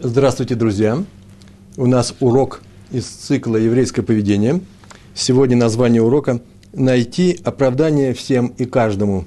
Здравствуйте, друзья! У нас урок из цикла «Еврейское поведение». Сегодня название урока «Найти оправдание всем и каждому».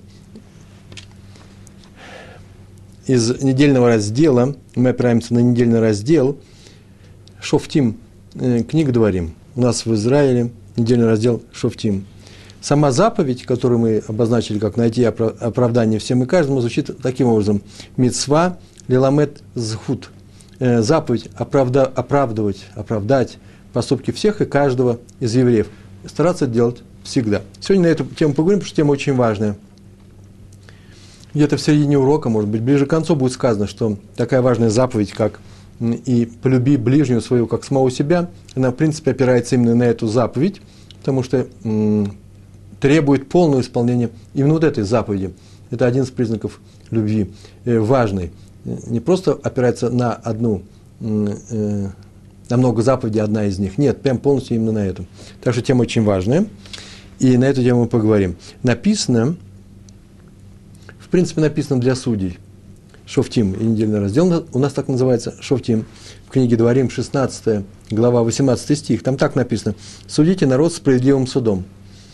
Из недельного раздела, мы опираемся на недельный раздел «Шофтим», книга «Дворим». У нас в Израиле недельный раздел «Шофтим». Сама заповедь, которую мы обозначили как «найти оправдание всем и каждому», звучит таким образом: «Мицва лиламет зхут». Заповедь оправдать поступки всех и каждого из евреев. Стараться это делать всегда. Сегодня на эту тему поговорим, потому что тема очень важная. Где-то в середине урока, может быть, ближе к концу будет сказано, что такая важная заповедь, как «и полюби ближнего своего, как самого себя», она, в принципе, опирается именно на эту заповедь, потому что требует полного исполнения именно вот этой заповеди. Это один из признаков любви, важный. Не просто опирается на одну, на много заповедей, одна из них. Нет, прям полностью именно на эту. Так что тема очень важная, и на эту тему мы поговорим. Написано, в принципе, написано для судей. Шофтим, и недельный раздел у нас так называется, Шофтим. В книге Дворим, 16 глава, 18 стих, там так написано: «Судите народ справедливым судом».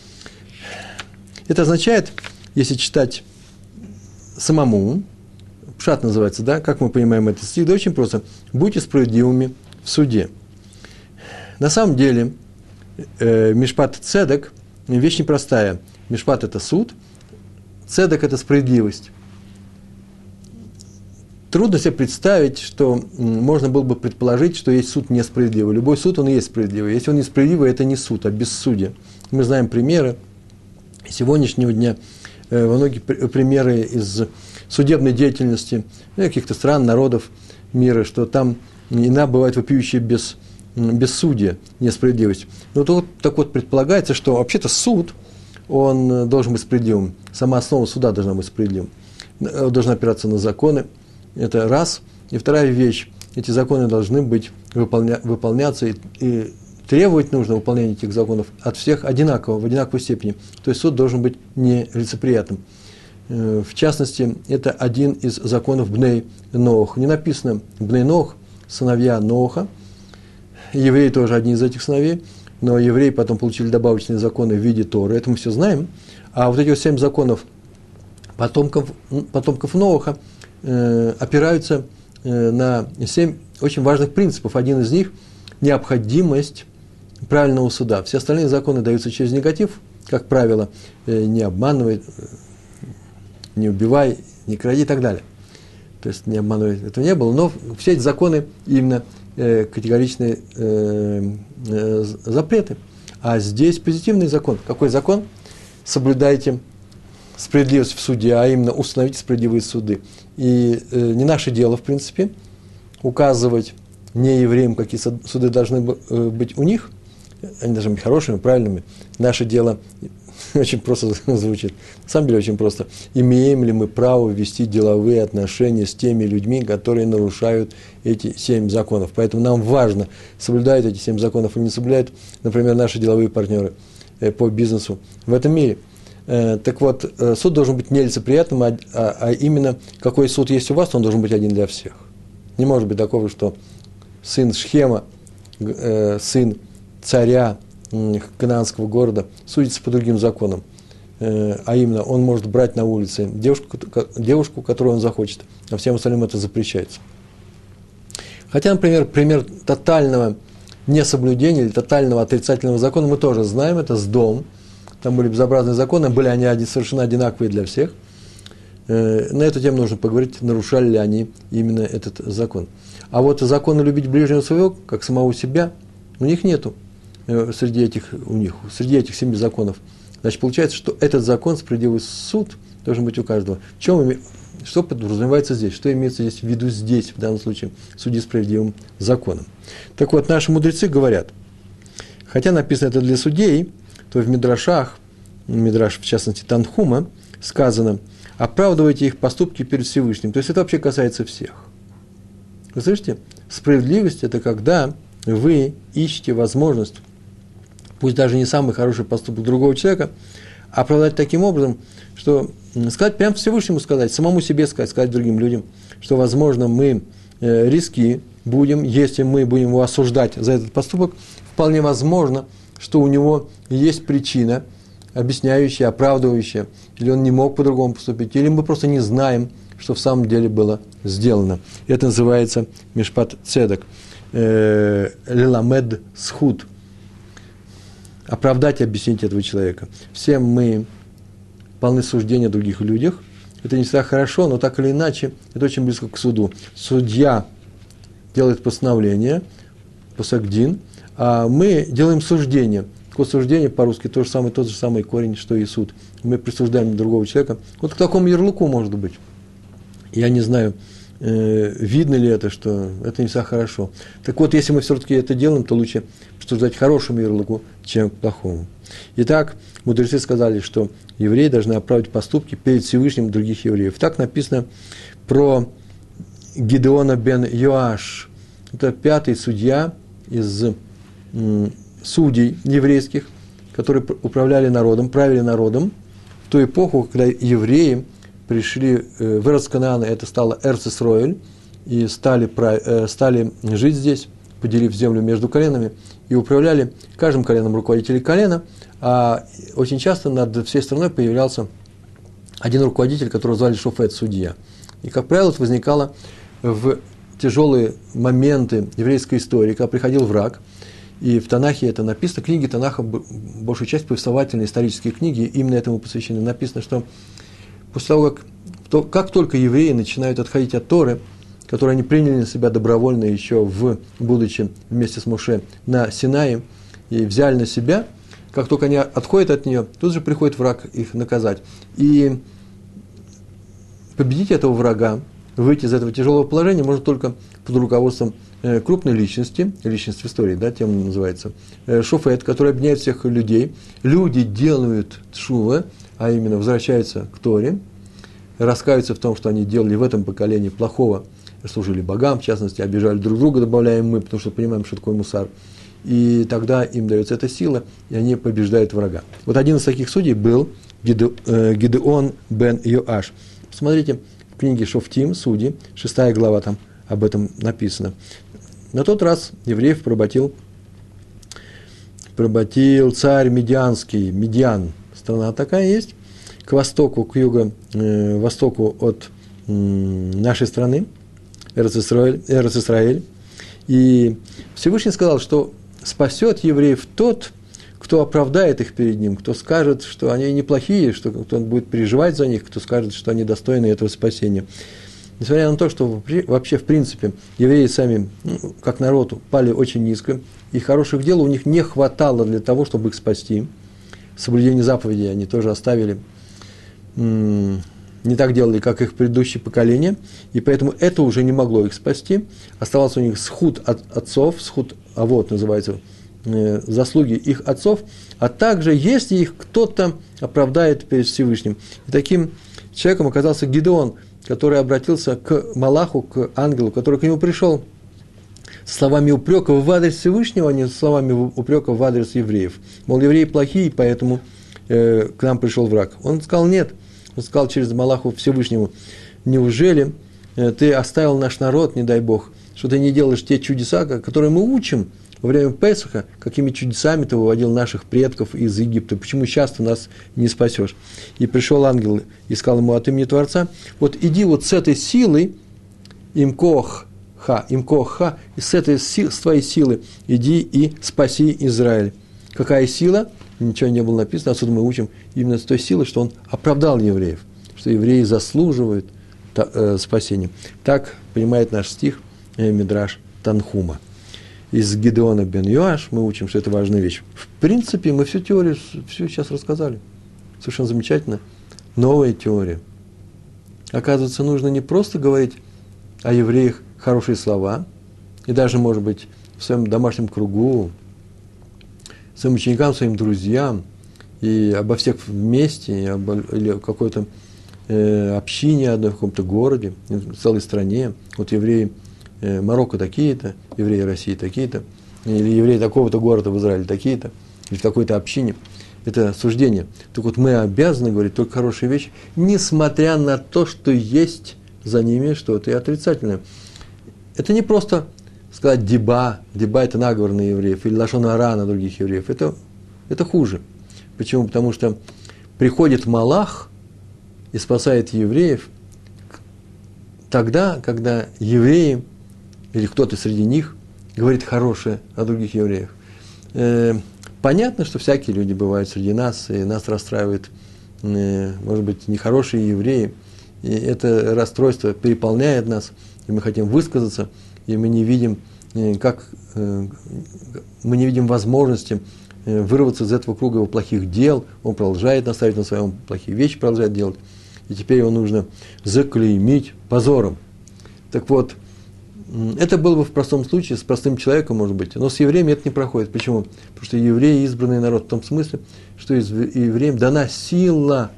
Это означает, если читать самому, пшат называется, да, как мы понимаем этот стих, да очень просто: будьте справедливыми в суде. На самом деле, мишпат цедек – вещь непростая. Мишпат – это суд, цедек – это справедливость. Трудно себе представить, что можно было бы предположить, что есть суд несправедливый. Любой суд, он и есть справедливый. Если он несправедливый, это не суд, а бессудие. Мы знаем примеры сегодняшнего дня, многие примеры из судебной деятельности каких-то стран, народов мира, что там иногда бывает вопиющее бессудие, несправедливость. Но тут так вот предполагается, что вообще-то суд, он должен быть справедливым. Сама основа суда должна быть справедливым. Должна опираться на законы. Это раз. И вторая вещь. Эти законы должны быть выполняться, и требовать нужно выполнение этих законов от всех одинаково, в одинаковой степени. То есть суд должен быть нелицеприятным. В частности, это один из законов Бней Ноах. Не написано Бней Ноах, сыновья Ноаха. Евреи тоже одни из этих сыновей, но евреи потом получили добавочные законы в виде Торы. Это мы все знаем. А вот эти 7 законов потомков Ноаха опираются на 7 очень важных принципов. Один из них – необходимость правильного суда. Все остальные законы даются через негатив, как правило, не обманывай, не убивай, не кради и так далее. То есть не обманывай, этого не было, но все эти законы именно категоричные запреты. А здесь позитивный закон. Какой закон? Соблюдайте справедливость в суде, а именно установите справедливые суды. И не наше дело, в принципе, указывать неевреям, какие суды должны быть у них. Они должны быть хорошими, правильными. Наше дело очень просто звучит. На самом деле очень просто. Имеем ли мы право вести деловые отношения с теми людьми, которые нарушают эти 7 законов? Поэтому нам важно, соблюдают эти 7 законов или не соблюдают, например, наши деловые партнеры по бизнесу в этом мире. Так вот, суд должен быть нелицеприятным, а именно, какой суд есть у вас, он должен быть один для всех. Не может быть такого, что сын Шхема, сын царя Канаанского города судится по другим законам, а именно он может брать на улице девушку, которую он захочет, а всем остальным это запрещается. Хотя, например, пример тотального несоблюдения или тотального отрицательного закона мы тоже знаем, это Сдом. Там были безобразные законы, были они совершенно одинаковые для всех. На эту тему нужно поговорить, нарушали ли они именно этот закон. А вот законы любить ближнего своего, как самого себя, у них нету. Среди этих 7 законов. Значит, получается, что этот закон, справедливый суд, должен быть у каждого. Что подразумевается здесь? Что имеется здесь в виду здесь, в данном случае, суди справедливым законом? Так вот, наши мудрецы говорят, хотя написано это для судей, то в Мидрашах, Мидраш, в частности, Танхума, сказано: оправдывайте их поступки перед Всевышним. То есть это вообще касается всех. Вы слышите? Справедливость – это когда вы ищете возможность, пусть даже не самый хороший поступок другого человека, оправдать таким образом, что сказать прямо Всевышнему, сказать, самому себе сказать другим людям, что, возможно, мы риски если мы будем его осуждать за этот поступок, вполне возможно, что у него есть причина, объясняющая, оправдывающая, или он не мог по-другому поступить, или мы просто не знаем, что в самом деле было сделано. Это называется мишпат цедек, леламед схуд. Оправдать и объяснить этого человека. Все мы полны суждения о других людях. Это не всегда хорошо, но так или иначе, это очень близко к суду. Судья делает постановление, пасак-дин, а мы делаем суждение. Такое суждение по-русски тот же самый корень, что и суд. Мы присуждаем другого человека. Вот к такому ярлыку может быть. Я не знаю, видно ли это, что это не всегда хорошо. Так вот, если мы все-таки это делаем, то лучше присуждать хорошему ярлыку, чем к плохому. Итак, мудрецы сказали, что евреи должны оправдать поступки перед Всевышним других евреев. Так написано про Гидеона бен Йоаш. Это 5-й судья из судей еврейских, которые управляли народом, правили народом в ту эпоху, когда евреи пришли в Эрец Канаана, это стало Эрец Исроэль, и стали жить здесь, поделив землю между коленами, и управляли каждым коленом руководители колена, а очень часто над всей страной появлялся один руководитель, которого звали Шофет, судья. И, как правило, это возникало в тяжелые моменты еврейской истории, когда приходил враг, и в Танахе это написано, книги Танаха, большую часть повествовательные исторические книги, именно этому посвящены. Написано, что после того, как только евреи начинают отходить от Торы, которую они приняли на себя добровольно еще будучи вместе с Моше на Синае, и взяли на себя, как только они отходят от нее, тут же приходит враг их наказать. И победить этого врага, выйти из этого тяжелого положения можно только под руководством крупной личности, личность в истории, да, тема называется, шофет, который объединяет всех людей. Люди делают тшува, а именно возвращаются к Торе, раскаются в том, что они делали в этом поколении плохого, служили богам, в частности, обижали друг друга, добавляем мы, потому что понимаем, что такое мусар. И тогда им дается эта сила, и они побеждают врага. Вот один из таких судей был Гидеон бен Йоаш. Посмотрите, в книге Шофтим, Судьи, 6 глава, там об этом написано. На тот раз евреев поработил царь Медианский, Медиан, страна такая есть, к востоку, к юго-востоку от нашей страны, Эрец Исраэль. И Всевышний сказал, что спасет евреев тот, кто оправдает их перед ним, кто скажет, что они неплохие, что кто будет переживать за них, кто скажет, что они достойны этого спасения. Несмотря на то, что вообще, в принципе, евреи сами, как народ, пали очень низко, и хороших дел у них не хватало для того, чтобы их спасти. Соблюдение заповедей они тоже оставили, не так делали, как их предыдущие поколения, и поэтому это уже не могло их спасти. Оставался у них схуд от отцов, схуд авот называется, заслуги их отцов, а также, если их кто-то оправдает перед Всевышним. И таким человеком оказался Гидеон, который обратился к Малаху, к ангелу, который к нему пришел со словами упрека в адрес Всевышнего, а не со словами упрека в адрес евреев. Мол, евреи плохие, поэтому к нам пришел враг. Он сказал нет. Он сказал через Малаху Всевышнему: неужели ты оставил наш народ, не дай Бог, что ты не делаешь те чудеса, которые мы учим во время Песаха, какими чудесами ты выводил наших предков из Египта, почему сейчас ты нас не спасешь? И пришел ангел и сказал ему от имени Творца: вот иди вот с этой силой, имкоха, и с твоей силы иди и спаси Израиль. Какая сила? Ничего не было написано, отсюда мы учим именно с той силы, что он оправдал евреев, что евреи заслуживают спасения. Так понимает наш стих Мидраш Танхума. Из Гидеона бен Йоаш мы учим, что это важная вещь. В принципе, мы всю теорию, всю сейчас рассказали. Совершенно замечательно. Новая теория. Оказывается, нужно не просто говорить о евреях хорошие слова, и даже, может быть, в своем домашнем кругу, своим ученикам, своим друзьям, и обо всех вместе, или о какой-то общине, в каком-то городе, в целой стране. Вот евреи Марокко такие-то, евреи России такие-то, или евреи такого-то города в Израиле такие-то, или в такой-то общине. Это суждение. Так вот, мы обязаны говорить только хорошие вещи, несмотря на то, что есть за ними что-то и отрицательное. Это не просто сказать диба это наговор на евреев, или лашон ара на других евреев, это хуже. Почему? Потому что приходит малах и спасает евреев тогда, когда евреи, или кто-то среди них, говорит хорошее о других евреях. Понятно, что всякие люди бывают среди нас, и нас расстраивают, может быть, нехорошие евреи, и это расстройство переполняет нас, и мы хотим высказаться, и мы не видим, мы не видим возможности вырваться из этого круга его плохих дел. Он продолжает наставить на своем, плохие вещи продолжает делать, и теперь его нужно заклеймить позором. Так вот, это было бы в простом случае, с простым человеком, может быть, но с евреями это не проходит. Почему? Потому что евреи – избранный народ в том смысле, что евреям дана сила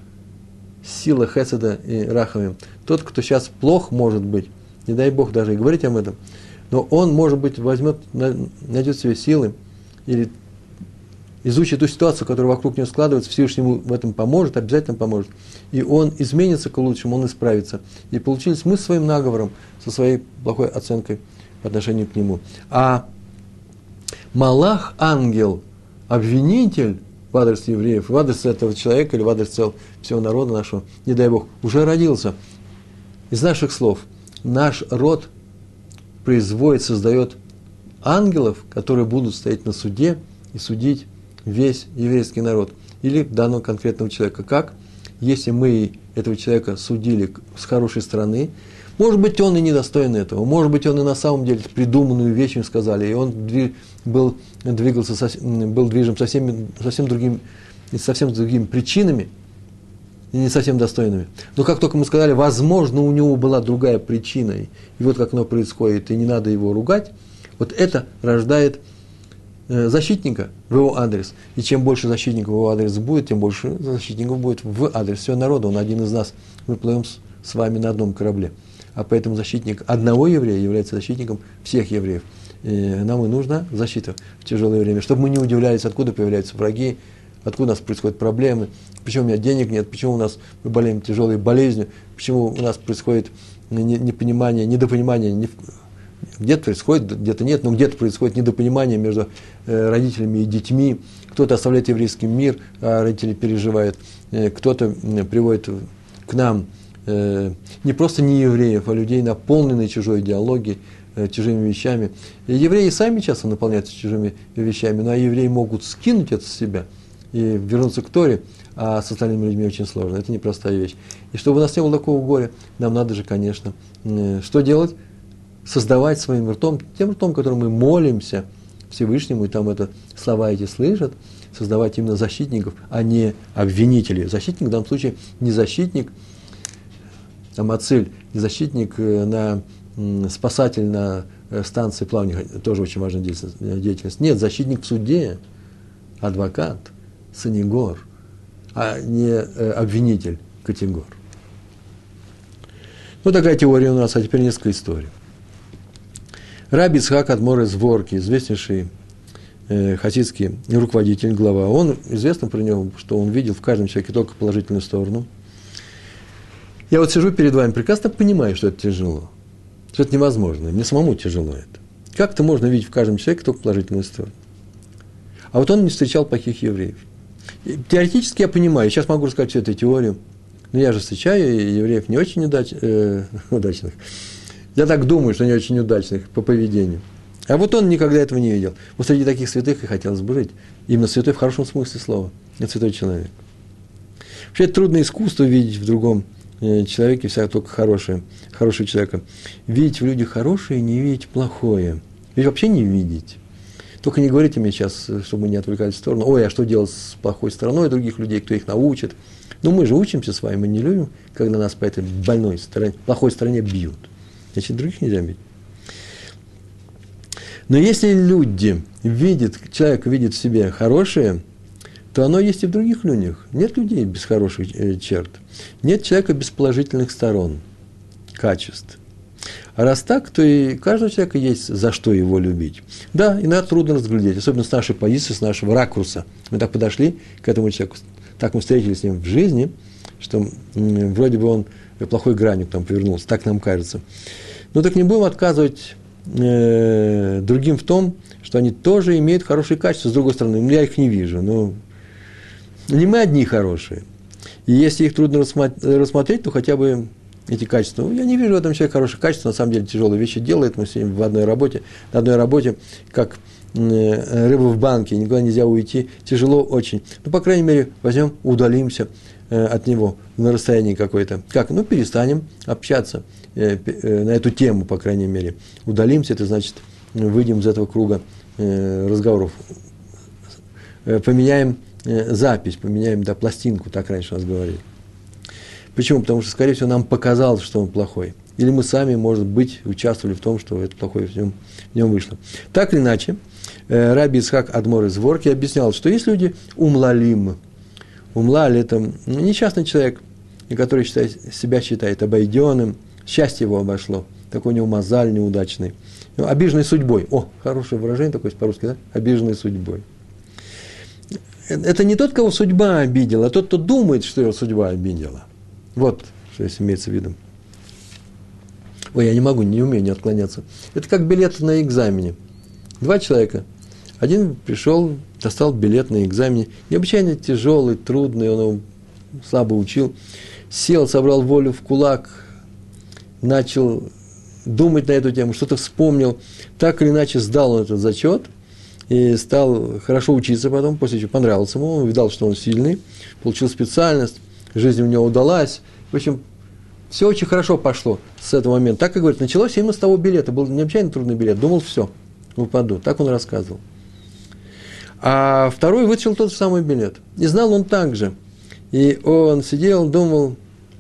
хеседа и рахамим. Тот, кто сейчас плох, может быть, не дай Бог даже и говорить об этом, но он, может быть, найдет себе силы или изучит ту ситуацию, которая вокруг него складывается, Всевышний ему в этом поможет, обязательно поможет. И он изменится к лучшему, он исправится. И получились мы своим наговором, со своей плохой оценкой по отношению к нему. А малах, ангел, обвинитель в адрес евреев, в адрес этого человека или в адрес всего народа нашего, не дай Бог, уже родился. Из наших слов наш род производит, создает ангелов, которые будут стоять на суде и судить весь еврейский народ или данного конкретного человека. Как? Если мы этого человека судили с хорошей стороны, может быть, он и недостоин этого, может быть, он и на самом деле придуманную вещь им сказали, и он был движим совсем другими причинами, и не совсем достойными. Но как только мы сказали, возможно, у него была другая причина, и вот как оно происходит, и не надо его ругать, вот это рождает защитника в его адрес. И чем больше защитников в его адрес будет, тем больше защитников будет в адрес всего народа. Он один из нас. Мы плывем с вами на одном корабле. А поэтому защитник одного еврея является защитником всех евреев. И нам и нужна защита в тяжелое время, чтобы мы не удивлялись, откуда появляются враги, откуда у нас происходят проблемы, почему у меня денег нет, почему мы болеем тяжелой болезнью, почему у нас происходит непонимание, недопонимание, где-то происходит, где-то нет, но где-то происходит недопонимание между родителями и детьми, кто-то оставляет еврейский мир, а родители переживают, кто-то приводит к нам не просто не евреев, а людей, наполненные чужой идеологией, чужими вещами. И евреи сами часто наполняются чужими вещами, но евреи могут скинуть это с себя и вернуться к Торе, а с остальными людьми очень сложно. Это непростая вещь. И чтобы у нас не было такого горя, нам надо же, конечно, что делать? Создавать своим ртом, тем ртом, которым мы молимся Всевышнему, и там это слова эти слышат, создавать именно защитников, а не обвинителей. Защитник в данном случае не защитник, Амациль, не защитник спасатель на станции плавания, тоже очень важная деятельность. Нет, защитник в суде, адвокат, санигор, а не обвинитель, категор. Ну, такая теория у нас, а теперь несколько историй. Раби Ицхак Адмор из Ворки, известнейший хасидский руководитель, глава, он, известно про него, что он видел в каждом человеке только положительную сторону. Я вот сижу перед вами, прекрасно понимаю, что это тяжело, что это невозможно, мне самому тяжело это. Как-то можно видеть в каждом человеке только положительную сторону. А вот он не встречал плохих евреев. И теоретически я понимаю, сейчас могу рассказать всю эту теорию, но я же встречаю евреев не очень удачных. Я так думаю, что не очень удачных по поведению. А вот он никогда этого не видел. Вот среди таких святых и хотелось бы жить. Именно святой в хорошем смысле слова. Это святой человек. Вообще, это трудное искусство видеть в другом человеке только хорошего человека. Видеть в людях хорошее и не видеть плохое. Ведь вообще не видеть. Только не говорите мне сейчас, чтобы мы не отвлекались в сторону. Ой, а что делать с плохой стороной других людей, кто их научит? Ну, мы же учимся с вами, мы не любим, когда нас по этой больной стороне, плохой стороне бьют. Значит, других нельзя бить. Но если человек видит в себе хорошее, то оно есть и в других людях. Нет людей без хороших черт. Нет человека без положительных сторон, качеств. А раз так, то и каждого человека есть за что его любить. Да, иногда трудно разглядеть, особенно с нашей позиции, с нашего ракурса. Мы так подошли к этому человеку, так мы встретились с ним в жизни, что вроде бы он плохой гранью к нам повернулся, так нам кажется. Но так не будем отказывать другим в том, что они тоже имеют хорошие качества, с другой стороны, я их не вижу, но не мы одни хорошие. И если их трудно рассмотреть, то хотя бы эти качества. Я не вижу в этом человеке хороших качеств, на самом деле тяжелые вещи делает, мы сидим на одной работе, как рыба в банке, никуда нельзя уйти, тяжело очень. Ну, по крайней мере, возьмем, удалимся от него на расстоянии какое-то. Как? Ну, перестанем общаться на эту тему, по крайней мере. Удалимся, это значит, выйдем из этого круга разговоров. Поменяем запись, поменяем, пластинку, так раньше у нас говорили. Почему? Потому что, скорее всего, нам показалось, что он плохой. Или мы сами, может быть, участвовали в том, что это плохое в нем вышло. Так или иначе, Раби Ицхак Адмор из Ворки объяснял, что есть люди умлалим. Умлаль – это несчастный человек, который себя считает обойденным, счастье его обошло, такой у него мазаль неудачный. Обиженный судьбой. О, хорошее выражение такое по-русски, да? Обиженный судьбой. Это не тот, кого судьба обидела, а тот, кто думает, что его судьба обидела. Вот, что здесь имеется в виду. Ой, я не умею не отклоняться. Это как билет на экзамене. Два человека. Один пришел, достал билет на экзамене. Необычайно тяжелый, трудный, он его слабо учил. Сел, собрал волю в кулак, начал думать на эту тему, что-то вспомнил. Так или иначе сдал он этот зачет и стал хорошо учиться потом, после чего понравился ему, он видал, что он сильный, получил специальность, жизнь у него удалась. В общем, все очень хорошо пошло с этого момента. Так, как говорит, началось именно с того билета. Был необычайно трудный билет. Думал, все, упаду. Так он рассказывал. А второй вытащил тот же самый билет. И знал он так же. И он сидел, думал,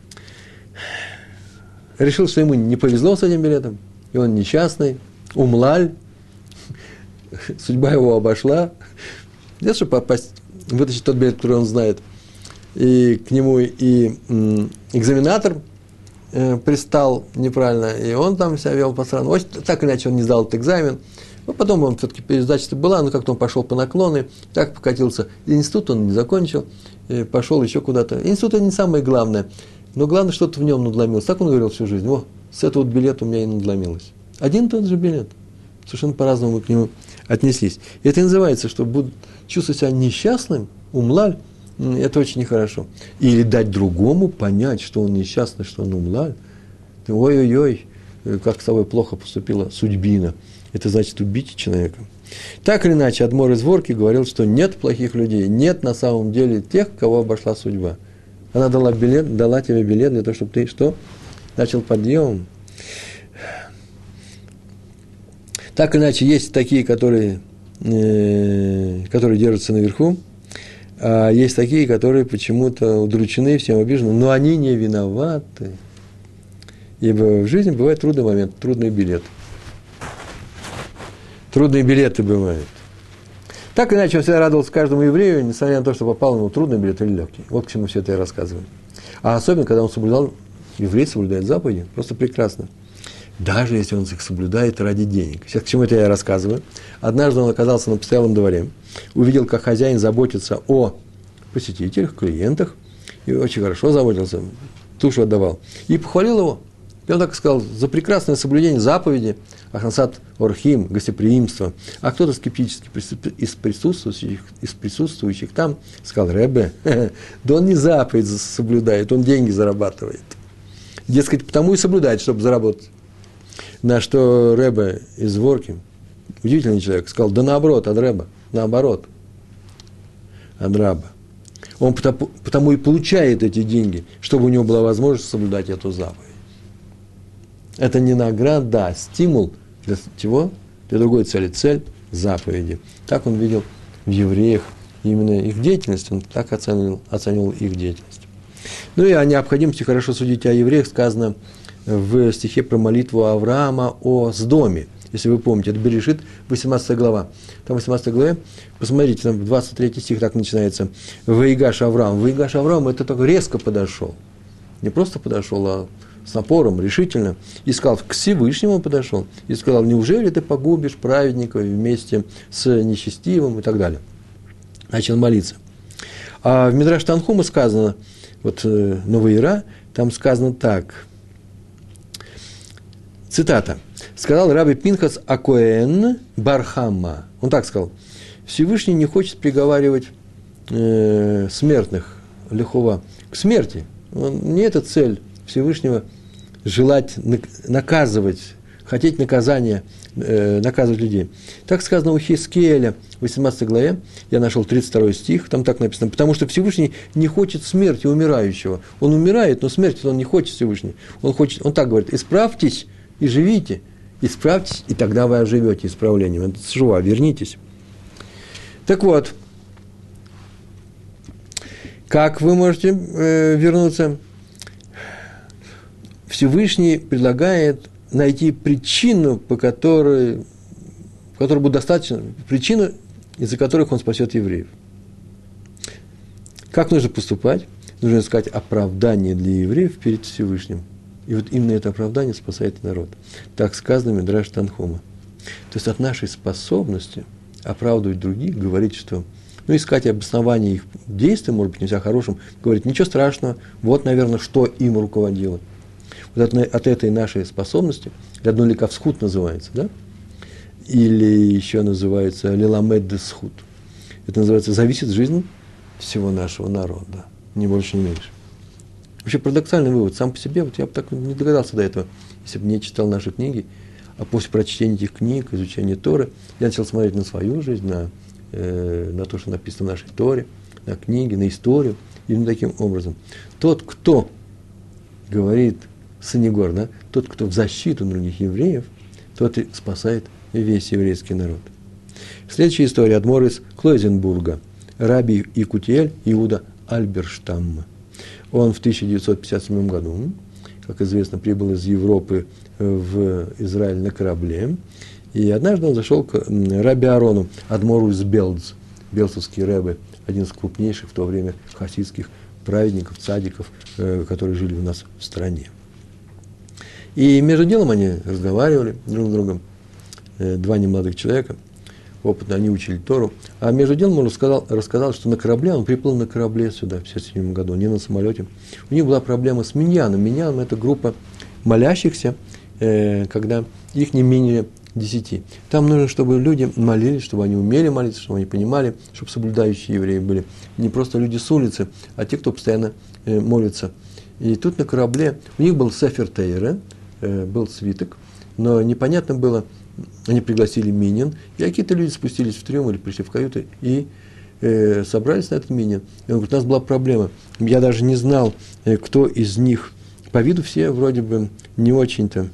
решил, что ему не повезло с этим билетом. И он несчастный, умлаль. Судьба его обошла. Где чтобы попасть, вытащить тот билет, который он знает. И к нему и экзаменатор пристал неправильно, и он там себя вел по-странному. Так или иначе он не сдал этот экзамен. Но потом он все-таки пересдача-то была, но как-то он пошел по наклону, так покатился. Институт он не закончил, и пошел еще куда-то. Институт – это не самое главное, но главное, что-то в нем надломилось. Так он говорил всю жизнь. О, с этого вот билета у меня и надломилось. Один и тот же билет. Совершенно по-разному мы к нему отнеслись. И это и называется, что будут чувствовать себя несчастным, умлаль, это очень нехорошо. Или дать другому понять, что он несчастный, что он умлаль. Ой-ой-ой, как с тобой плохо поступила судьбина. Это значит убить человека. Так или иначе, Адмор из Ворки говорил, что нет плохих людей, нет на самом деле тех, кого обошла судьба. Она дала тебе билет для того, чтобы ты что? Начал подъем. Так или иначе, есть такие, которые держатся наверху, а есть такие, которые почему-то удручены, всем обижены, но они не виноваты. Ибо в жизни бывает трудный момент, трудный билет. Трудные билеты бывают. Так или иначе, он всегда радовался каждому еврею, несмотря на то, что попал ему трудный билет или легкий. Вот к чему все это я рассказываю. А особенно, когда он еврей соблюдает заповеди, просто прекрасно. Даже если он их соблюдает ради денег. Сейчас к чему это я рассказываю. Однажды он оказался на постоялом дворе, увидел, как хозяин заботится о посетителях, клиентах, и очень хорошо заботился, душу отдавал. И похвалил его. И он так сказал, за прекрасное соблюдение заповеди, ахнасат орхим, гостеприимство. А кто-то скептически из присутствующих там сказал, Ребе, да он не заповедь соблюдает, он деньги зарабатывает. Дескать, потому и соблюдает, чтобы заработать. На что Ребе из Ворки, удивительный человек, сказал, да наоборот, от Ребе, наоборот, от Раба. Он потому и получает эти деньги, чтобы у него была возможность соблюдать эту заповедь. Это не награда, а стимул для чего? Для другой цели. Цель заповеди. Так он видел в евреях именно их деятельность, он так оценил их деятельность. Ну и о необходимости хорошо судить о евреях сказано в стихе про молитву Авраама о Сдоме. Если вы помните, это Берешит, 18 глава. Там в 18 главе, посмотрите, там 23 стих так начинается. Ваигаш Авраам. Ваигаш Авраам, это так резко подошел. Не просто подошел, а с напором, решительно. И сказал, к Всевышнему подошел. И сказал, неужели ты погубишь праведника вместе с нечестивым и так далее. Начал молиться. А в Мидраш Танхума сказано, вот Новая Ира, там сказано так. Цитата. Сказал Раби Пинхас Акоэн Бархама. Он так сказал: Всевышний не хочет приговаривать смертных, лихова, к смерти. Не это цель Всевышнего желать наказывать, хотеть наказания, наказывать людей. Так сказано у Хискеля в 18 главе, я нашел 32 стих, там так написано: потому что Всевышний не хочет смерти умирающего. Он умирает, но смерти он не хочет Всевышний. Он так говорит: исправьтесь и живите, исправьтесь, и тогда вы оживете исправлением. Это шува, вернитесь. Так вот, как вы можете вернуться? Всевышний предлагает найти причину, по которой будет достаточно, причину, из-за которых он спасет евреев. Как нужно поступать? Нужно искать оправдание для евреев перед Всевышним. И вот именно это оправдание спасает народ. Так сказано в Мидраш Танхума. То есть от нашей способности оправдывать других, говорить, что, искать обоснование их действия, может быть, не всегда хорошим, говорить: ничего страшного, вот, наверное, что им руководило. Вот от этой нашей способности, одно ликавсхут называется, да? Или еще называется лиламед десхут. Это называется зависит жизнь всего нашего народа, ни больше, ни меньше. Вообще парадоксальный вывод. Сам по себе, вот я бы так не догадался до этого, если бы не читал наши книги, а после прочтения этих книг, изучения Торы, я начал смотреть на свою жизнь, на то, что написано в нашей Торе, на книги, на историю, именно таким образом. Тот, кто говорит санигор, да, тот, кто в защиту других евреев, тот и спасает весь еврейский народ. Следующая история. Адмор из Клойзенбурга. Раби Икутиэль Иуда Альберштам. Он в 1957 году, как известно, прибыл из Европы в Израиль на корабле. И однажды он зашел к Раби Аарону, адмору из Белдз. Белцевский рэбе, один из крупнейших в то время хасидских праведников, цадиков, которые жили у нас в стране. И между делом они разговаривали друг с другом, два немолодых человека, опытно, они учили Тору. А между делом он рассказал, что на корабле, он приплыл на корабле сюда в 1957 году, не на самолете. У них была проблема с миньяном. Миньяном – это группа молящихся, когда их не менее 10. Там нужно, чтобы люди молились, чтобы они умели молиться, чтобы они понимали, чтобы соблюдающие евреи были. Не просто люди с улицы, а те, кто постоянно молится. И тут на корабле у них был Сефер Тейра, был свиток, но непонятно было, они пригласили миньян, и какие-то люди спустились в трюм или пришли в каюты и собрались на этот миньян. И он говорит: у нас была проблема, я даже не знал, кто из них, по виду все вроде бы не очень-то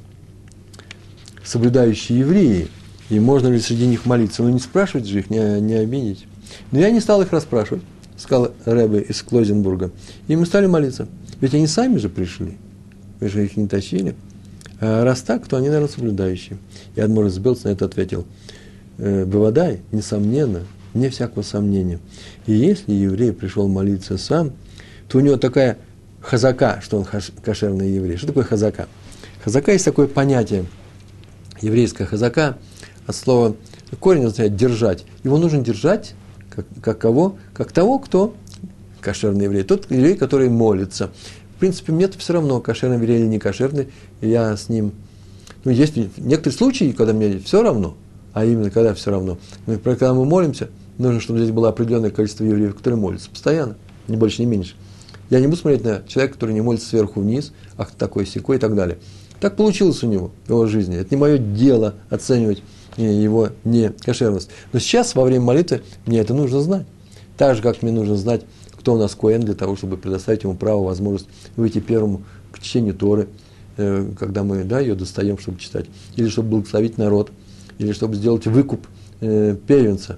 соблюдающие евреи, и можно ли среди них молиться, но не спрашивать же их, не обидеть. Но я не стал их расспрашивать, сказал Ребе из Клойзенбурга, и мы стали молиться, ведь они сами же пришли, вы же их не тащили. А раз так, то они, наверное, соблюдающие. И Адмор из Белц на это ответил: Бывадай, несомненно, вне всякого сомнения. И если еврей пришел молиться сам, то у него такая хазака, что он кошерный еврей. Что такое хазака? Хазака есть такое понятие, еврейская хазака, от слова, корень означает держать. Его нужно держать, как кого? Как того, кто кошерный еврей. Тот еврей, который молится. В принципе, мне-то все равно, кошерный еврей или не кошерный, я с ним... есть некоторые случаи, когда мне все равно, а именно когда все равно. Когда мы молимся, нужно, чтобы здесь было определенное количество евреев, которые молятся постоянно, ни больше, ни меньше. Я не буду смотреть на человека, который не молится сверху вниз, ах, такой, сякой и так далее. Так получилось у него, в его жизни. Это не мое дело оценивать его некошерность. Но сейчас, во время молитвы, мне это нужно знать. Так же, как мне нужно знать, кто у нас коэн, для того, чтобы предоставить ему право, возможность выйти первому к чтению Торы, когда мы ее достаем, чтобы читать, или чтобы благословить народ, или чтобы сделать выкуп первенца.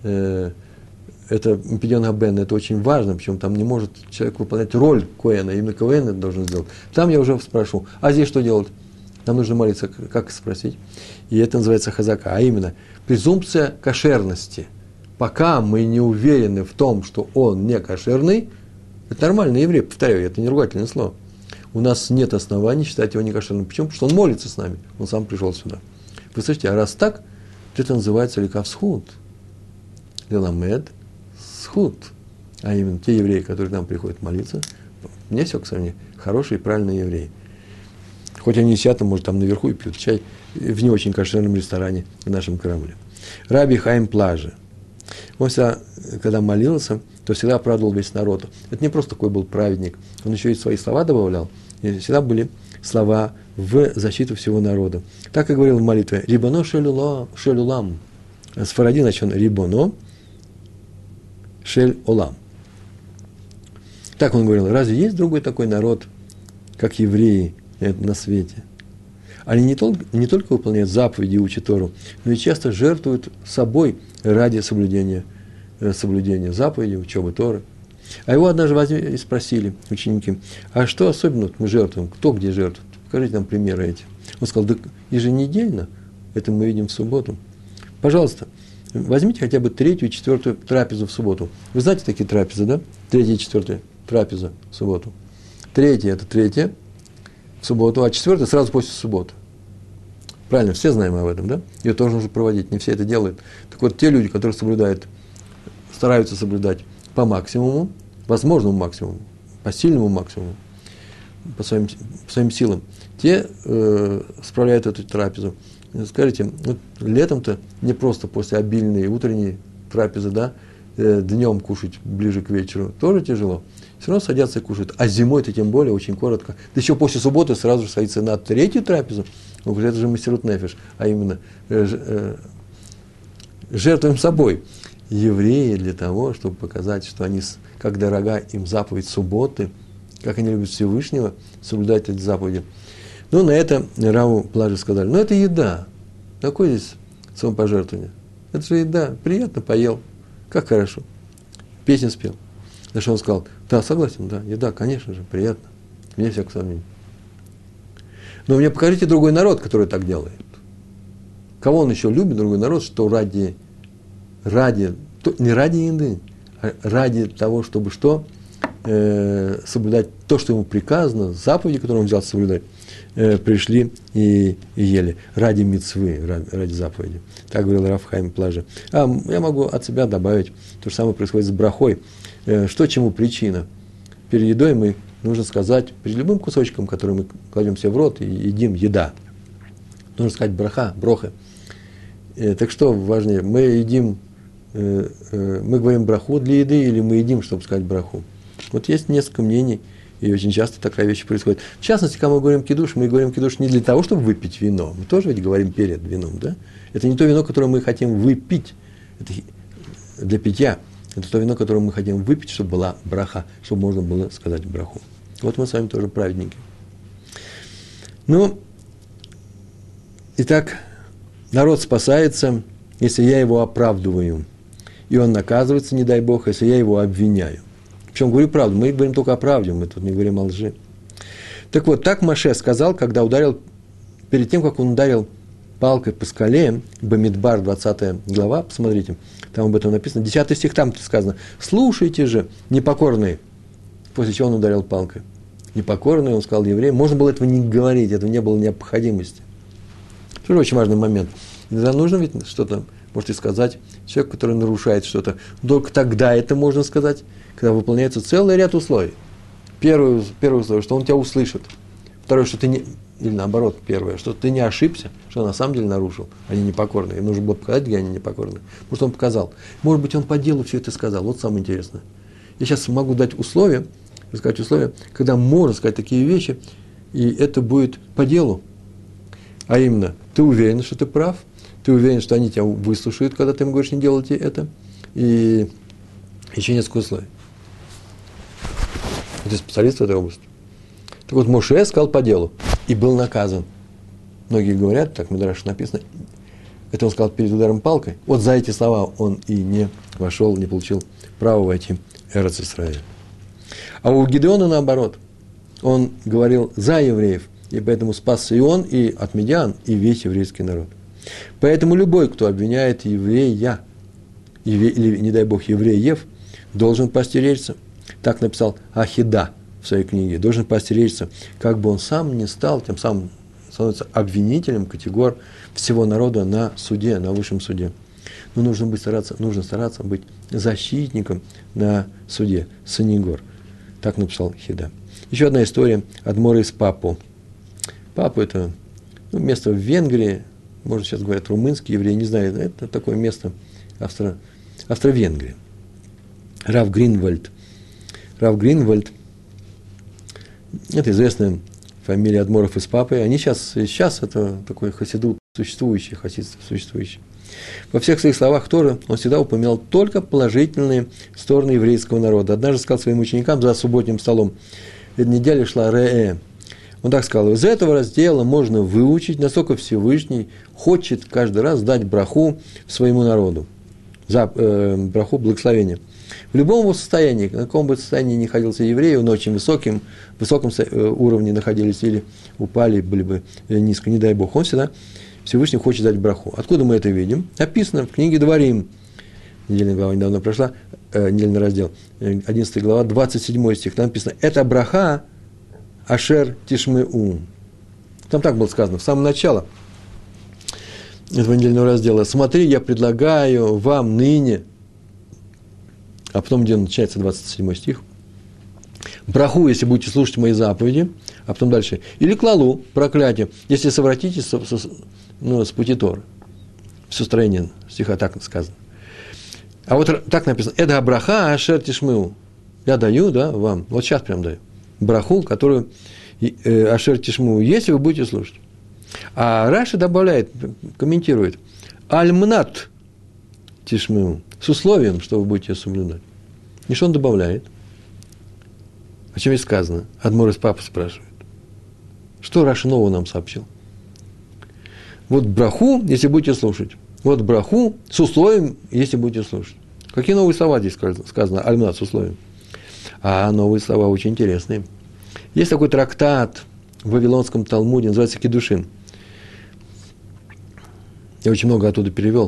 Это пидьон абен, это очень важно, причем там не может человек выполнять роль коэна, именно коэн это должен сделать. Там я уже спрошу, а здесь что делать? Нам нужно молиться, как спросить? И это называется хазака, а именно презумпция кошерности. Пока мы не уверены в том, что он не кошерный, это нормальный еврей, повторяю, это не ругательное слово. У нас нет оснований считать его некошерным. Почему? Потому что он молится с нами, он сам пришел сюда. Вы слышите, а раз так, то это называется ликавсхут, лиламед схут. А именно те евреи, которые к нам приходят молиться, мне все к сомнению, хорошие и правильные евреи. Хоть они сидят, может, там наверху и пьют чай в не очень кошерном ресторане в нашем Кремле. Раби Хаим Плаже. Он всегда, когда молился, то всегда оправдывал весь народ. Это не просто такой был праведник. Он еще и свои слова добавлял. И всегда были слова в защиту всего народа. Так и говорил в молитве «Рибоно шель улам». Сфаради, значит, он «Рибоно шель улам». Так он говорил, разве есть другой такой народ, как евреи на свете? Они не только выполняют заповеди и учат Тору, но и часто жертвуют собой ради соблюдения заповедей, учебы Торы. А его однажды и спросили ученики, а что особенно мы жертвуем? Кто где жертвует? Покажите нам примеры эти. Он сказал, да еженедельно, это мы видим в субботу. Пожалуйста, возьмите хотя бы 3-ю и 4-ю трапезу в субботу. Вы знаете такие трапезы, да? 3-я и 4-я трапеза в субботу. 3-я – это 3-я в субботу, а 4-я сразу после субботы. Правильно, все знаем об этом, да? Ее тоже нужно проводить, не все это делают. Так вот, те люди, которые стараются соблюдать по максимуму, возможному максимуму, по сильному максимуму, по своим силам, те справляют эту трапезу. Скажите, вот летом-то не просто после обильной утренней трапезы, да, днем кушать ближе к вечеру, тоже тяжело. Все равно садятся и кушают. А зимой-то тем более очень коротко. Да еще после субботы сразу же садится на 3-ю трапезу. Ну, это же мессирут нефеш, а именно жертвуем собой. Евреи для того, чтобы показать, что они, как дорога им заповедь субботы, как они любят Всевышнего, соблюдать эти заповеди. Ну, на это Раву Плаже сказали, ну, это еда. Какое здесь самопожертвование? Это же еда. Приятно поел. Как хорошо. Песню спел. На что он сказал, да, согласен, да, еда, конечно же, приятно. Вне всякого сомнения. Но мне покажите другой народ, который так делает. Кого он еще любит, другой народ, что не ради еды, а ради того, чтобы что? Соблюдать то, что ему приказано, заповеди, которые он взялся соблюдать, пришли и ели. Ради мицвы, ради заповеди. Так говорил Рав Хаим Плаже. А я могу от себя добавить, то же самое происходит с брахой. Что чему причина? Перед едой нужно сказать, перед любым кусочком, который мы кладем себе в рот и едим, еда, нужно сказать броха. Так что важнее, мы говорим браху для еды или мы едим, чтобы сказать браху? Вот есть несколько мнений, и очень часто такая вещь происходит. В частности, когда мы говорим кидуш не для того, чтобы выпить вино. Мы тоже ведь говорим перед вином, да? Это не то вино, которое мы хотим выпить, это для питья. Это то вино, которое мы хотим выпить, чтобы была браха, чтобы можно было сказать браху. Вот мы с вами тоже праведники. Ну, итак, народ спасается, если я его оправдываю, и он наказывается, не дай Бог, если я его обвиняю. Причем говорю правду, мы говорим только о правде, мы тут не говорим о лжи. Так вот, так Моше сказал, когда ударил, перед тем, как он ударил палкой по скале, Бамидбар, 20 глава, посмотрите, там об этом написано, 10 стих, там сказано, слушайте же, непокорные, после чего он ударил палкой. Непокорные, он сказал евреям, можно было этого не говорить, этого не было необходимости. Тоже очень важный момент. Иногда нужно ведь что-то, можете сказать, человек, который нарушает что-то, только тогда это можно сказать, когда выполняется целый ряд условий. Первое условие, что он тебя услышит. Второе, что ты не, или наоборот, первое, что ты не ошибся, что на самом деле нарушил, они непокорные. Им нужно было показать, где они непокорные. Может, он показал. Может быть, он по делу все это сказал. Вот самое интересное. Я сейчас могу дать условия, когда можно сказать такие вещи, и это будет по делу. А именно, ты уверен, что ты прав, ты уверен, что они тебя выслушают, когда ты им говоришь, не делайте это, и еще несколько условий. Это специалист в этой области. Так вот, Моше сказал по делу и был наказан. Многие говорят, так в Мидраше написано, это он сказал перед ударом палкой. Вот за эти слова он и не вошел, не получил права войти в Эрец Исраэль. А у Гидеона наоборот. Он говорил за евреев, и поэтому спасся и он, и от медиан, и весь еврейский народ. Поэтому любой, кто обвиняет еврея, или, не дай Бог, евреев, должен постеречься. Так написал Ахида в своей книге. Должен постеречься, как бы он сам не стал, тем самым становится обвинителем, категор всего народа на суде, на высшем суде. Но нужно стараться быть защитником на суде, санигор. Так написал Хида. Еще одна история Адмора из Папо. Папу это место в Венгрии, может, сейчас говорят румынский еврей, не знаю, это такое место Австро-Венгрии. Рав Гринвальд. Рав Гринвальд, это известная фамилия адморов из Папы. Они сейчас это такой хасидут существующий, хасидство существующий. Во всех своих словах Торы он всегда упоминал только положительные стороны еврейского народа. Однажды сказал своим ученикам за субботним столом, эта неделя шла Реэ. Он так сказал: из этого раздела можно выучить, насколько Всевышний хочет каждый раз дать браху своему народу. Браху благословения. В любом его состоянии, на каком бы состоянии ни находился еврей, на очень высоком уровне находились или упали, были бы низко, не дай Бог, он всегда, Всевышний хочет дать браху. Откуда мы это видим? Написано в книге Дворим, недельная глава недавно прошла, недельный раздел, 11 глава, 27 стих, там написано: это браха ашер тишмеу. Там так было сказано, в самом начале этого недельного раздела: смотри, я предлагаю вам ныне, а потом, где начинается 27 стих, браху, если будете слушать мои заповеди, а потом дальше, или клалу, проклятие, если совратитесь с пути Торы. Все строение стиха так сказано. А вот так написано: это браха ашер тишмеу. Я даю, да, вам, вот сейчас прям даю, браху, которую ашер тишмеу, если вы будете слушать. А Раши добавляет, комментирует: альмнат тишмеу, с условием, что вы будете соблюдать. И что он добавляет? О чем здесь сказано? Адмор из Папы спрашивает. Что Раши нового нам сообщил? Вот браху, если будете слушать. Вот браху с условием, если будете слушать. Какие новые слова здесь сказано? Альмнат с условием. А новые слова очень интересные. Есть такой трактат в Вавилонском Талмуде, называется Кидушин. Я очень много оттуда перевел.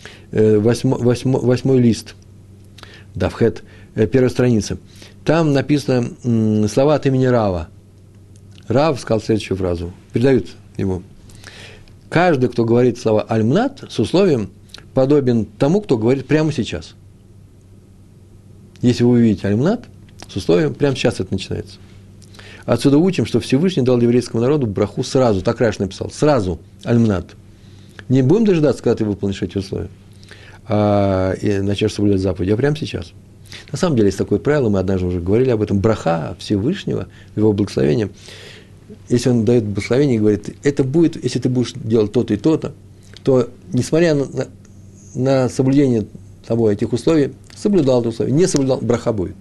8 лист. Давхет, первая страница. Там написано слова от имени Рава. Рав сказал следующую фразу. Передают ему. Каждый, кто говорит слова альмнат с условием, подобен тому, кто говорит прямо сейчас. Если вы увидите альмнат с условием, прямо сейчас это начинается. Отсюда учим, что Всевышний дал еврейскому народу браху сразу. Так Раш написал. Сразу альмнат. Не будем дожидаться, когда ты выполнишь эти условия, и начнешь соблюдать заповеди, а прямо сейчас. На самом деле есть такое правило, мы однажды уже говорили об этом, браха Всевышнего, его благословение. Если он дает благословение и говорит: это будет, если ты будешь делать то-то и то-то, то, несмотря на соблюдение тобой этих условий, соблюдал это условие, не соблюдал, браха будет.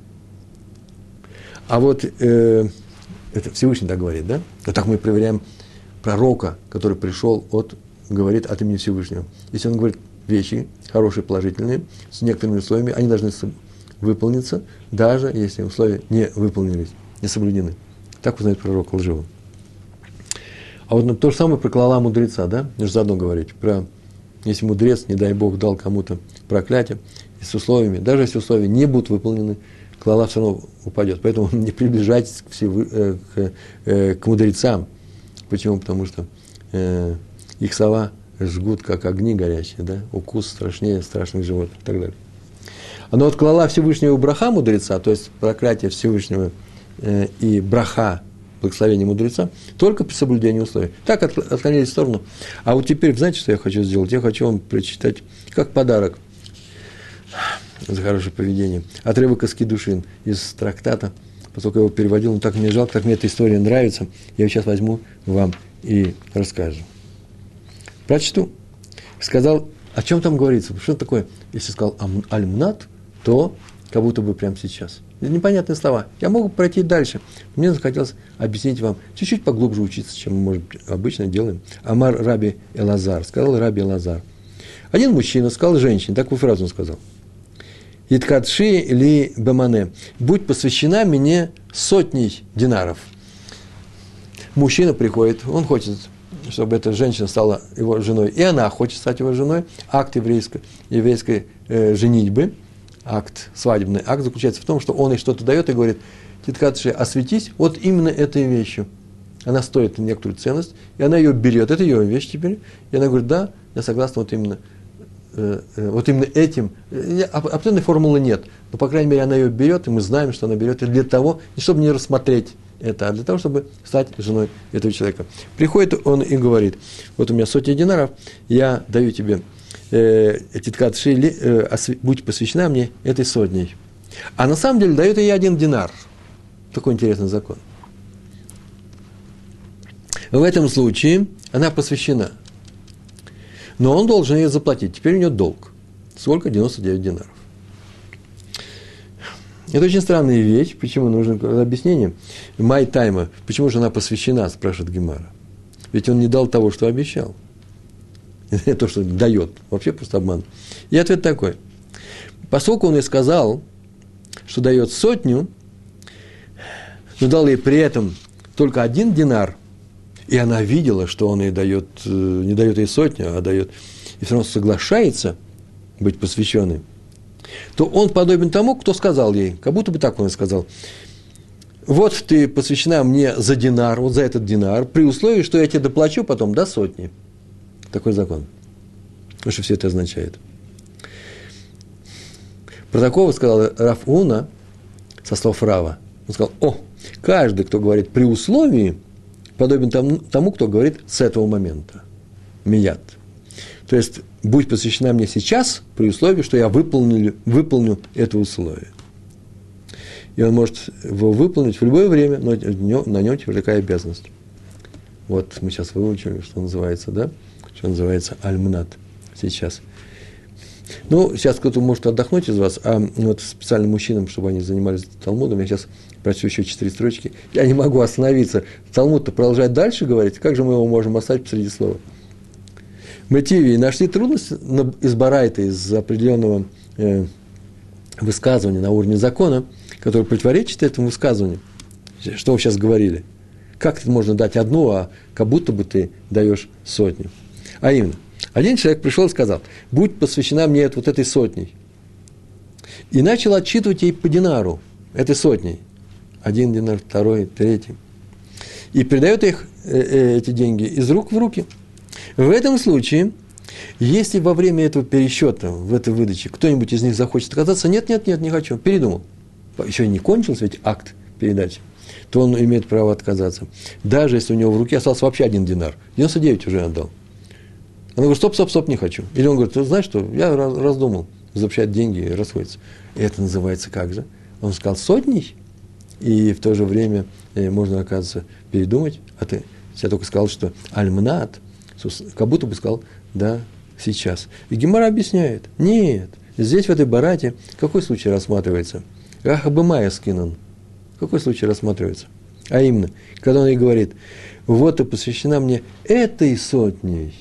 А вот это Всевышний так говорит, да? Вот так мы проверяем пророка, который пришел говорит от имени Всевышнего. Если он говорит вещи хорошие, положительные, с некоторыми условиями, они должны выполниться, даже если условия не выполнились, не соблюдены. Так узнает пророк лживым. А вот то же самое про клала мудреца, да? Я же заодно говорить. Если мудрец, не дай Бог, дал кому-то проклятие, и с условиями, даже если условия не будут выполнены, клала все равно упадет. Поэтому не приближайтесь к мудрецам. Почему? Потому что их слова жгут, как огни горячие, да? Укус страшнее страшных животных и так далее. Но вот клала Всевышнего браха мудреца, то есть проклятие Всевышнего и браха, благословение мудреца, только при соблюдении условий. Так отклонились в сторону. А вот теперь, знаете, что я хочу сделать? Я хочу вам прочитать, как подарок за хорошее поведение, отрывок из Кидушин, из трактата, поскольку я его переводил, но так мне жалко, так мне эта история нравится, я ее сейчас возьму вам и расскажу. Прочту. Сказал, о чем там говорится? Что такое? Если сказал альмнат, то как будто бы прямо сейчас. Это непонятные слова. Я могу пройти дальше. Мне захотелось объяснить вам, чуть-чуть поглубже учиться, чем мы, может, обычно делаем. Амар Раби Элазар. Сказал Раби Элазар. Один мужчина сказал женщине, такую фразу он сказал. Иткадши ли бемане. Будь посвящена мне 100 динаров. Мужчина приходит, он хочет, чтобы эта женщина стала его женой, и она хочет стать его женой. Акт еврейской женитьбы, свадебный акт заключается в том, что он ей что-то дает и говорит: Титкадши, осветись вот именно этой вещью. Она стоит некоторую ценность, и она ее берет, это ее вещь теперь, и она говорит: да, я согласна вот именно этим. Определенной формулы нет, но, по крайней мере, она ее берет, и мы знаем, что она берет, и для того, чтобы не рассмотреть это, а для того, чтобы стать женой этого человека. Приходит он и говорит: вот у меня 100 динаров, я даю тебе эти ткацши, будь посвящена мне этой 100. А на самом деле дает ей 1 динар. Такой интересный закон. В этом случае она посвящена. Но он должен ей заплатить. Теперь у нее долг. Сколько? 99 динаров. Это очень странная вещь. Почему? Нужно объяснение. Май тайма. Почему же она посвящена, спрашивает Гемара. Ведь он не дал того, что обещал. Это то, что дает. Вообще просто обман. И ответ такой. Поскольку он ей сказал, что дает 100, но дал ей при этом только 1 динар, и она видела, что он ей дает, не дает ей 100, а дает, и все равно соглашается быть посвященной, то он подобен тому, кто сказал ей, как будто бы так он и сказал: вот ты посвящена мне за динар, вот за этот динар, при условии, что я тебе доплачу потом до 100. Такой закон. Вот что все это означает. Про такого сказал Рав Уна, со слов Рава. Он сказал: каждый, кто говорит при условии, подобен тому, кто говорит с этого момента. Мият. То есть, будь посвящена мне сейчас, при условии, что я выполню это условие. И он может его выполнить в любое время, но на нем теперь такая обязанность. Вот мы сейчас выучили, что называется, да? Что называется альмнат сейчас. Ну, сейчас кто-то может отдохнуть из вас, а вот специально мужчинам, чтобы они занимались Талмудом, я сейчас прочту еще 4 строчки. Я не могу остановиться. Талмуд-то продолжает дальше говорить, как же мы его можем оставить посреди слова? Мы Тиви нашли трудность из барайта, из определенного высказывания на уровне закона, которое противоречит этому высказыванию. Что вы сейчас говорили? Как это можно дать 1, а как будто бы ты даешь 100? А именно, один человек пришел и сказал: будь посвящена мне вот этой 100. И начал отчитывать ей по динару этой 100. 1 динар, 2, 3. И передает их, эти деньги, из рук в руки. В этом случае, если во время этого пересчета, в этой выдаче, кто-нибудь из них захочет отказаться: нет, не хочу, передумал. Еще не кончился ведь акт передачи, то он имеет право отказаться. Даже если у него в руке остался вообще 1 динар, 99 уже отдал. Он говорит: стоп, не хочу. Или он говорит: ты знаешь что, я раздумал, возвращает деньги и расходится. И это называется как же? Он сказал 100, и в то же время можно, оказывается, передумать. А ты я только сказал, что альмнат, как будто бы сказал: да, сейчас. И Гемара объясняет: нет, здесь в этой барате какой случай рассматривается? Ахабымая скинан. Какой случай рассматривается? А именно, когда он ей говорит: вот ты посвящена мне этой 100.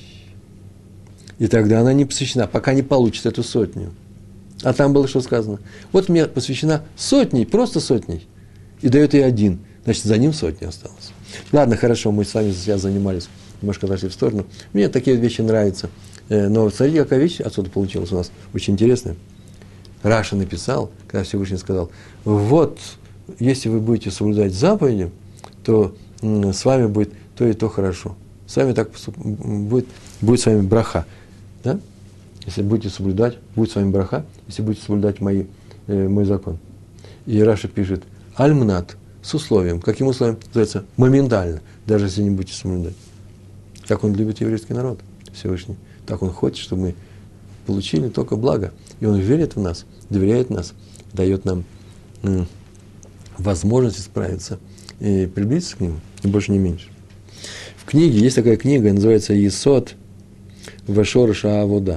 И тогда она не посвящена, пока не получит эту 100. А там было что сказано? Вот мне посвящена 100, просто 100. И дает ей 1. Значит, за ним 100 осталось. Ладно, хорошо, мы с вами сейчас занимались, немножко отошли в сторону. Мне такие вещи нравятся. Но смотрите, какая вещь отсюда получилась у нас. Очень интересная. Раша написал, когда Всевышний сказал: вот, если вы будете соблюдать заповеди, то с вами будет то и то хорошо. С вами так будет с вами браха. Да? Если будете соблюдать, будет с вами браха, если будете соблюдать мой закон. И Раша пишет: альмнат, с условием. Каким условием? Называется моментально, даже если не будете соблюдать. Так он любит еврейский народ, Всевышний. Так он хочет, чтобы мы получили только благо. И он верит в нас, доверяет нас, дает нам возможность исправиться и приблизиться к нему, и больше, не меньше. В книге, есть такая книга, называется «Есод Вашорыш Аавода».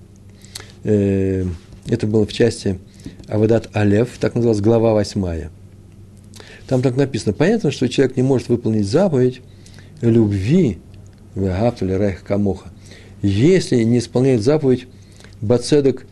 Это было в части Аводат Алев, так называлась глава 8. Там так написано: понятно, что человек не может выполнить заповедь любви, вегавту ли райх камоха, если не исполняет заповедь бацедек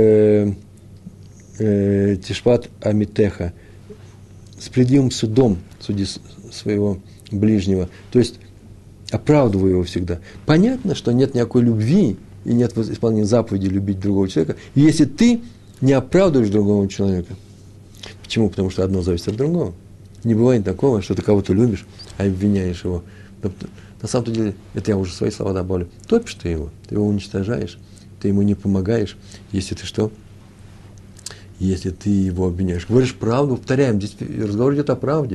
тишпат амитеха, справедливым судом суди своего ближнего, то есть оправдываю его всегда. Понятно, что нет никакой любви и нет исполнения заповеди любить другого человека, если ты не оправдываешь другого человека. Почему? Потому что одно зависит от другого. Не бывает такого, что ты кого-то любишь, а обвиняешь его. На самом деле, это я уже свои слова добавлю. Топишь ты его уничтожаешь, ты ему не помогаешь, если ты что? Если ты его обвиняешь. Говоришь правду, повторяем, здесь разговор идет о правде.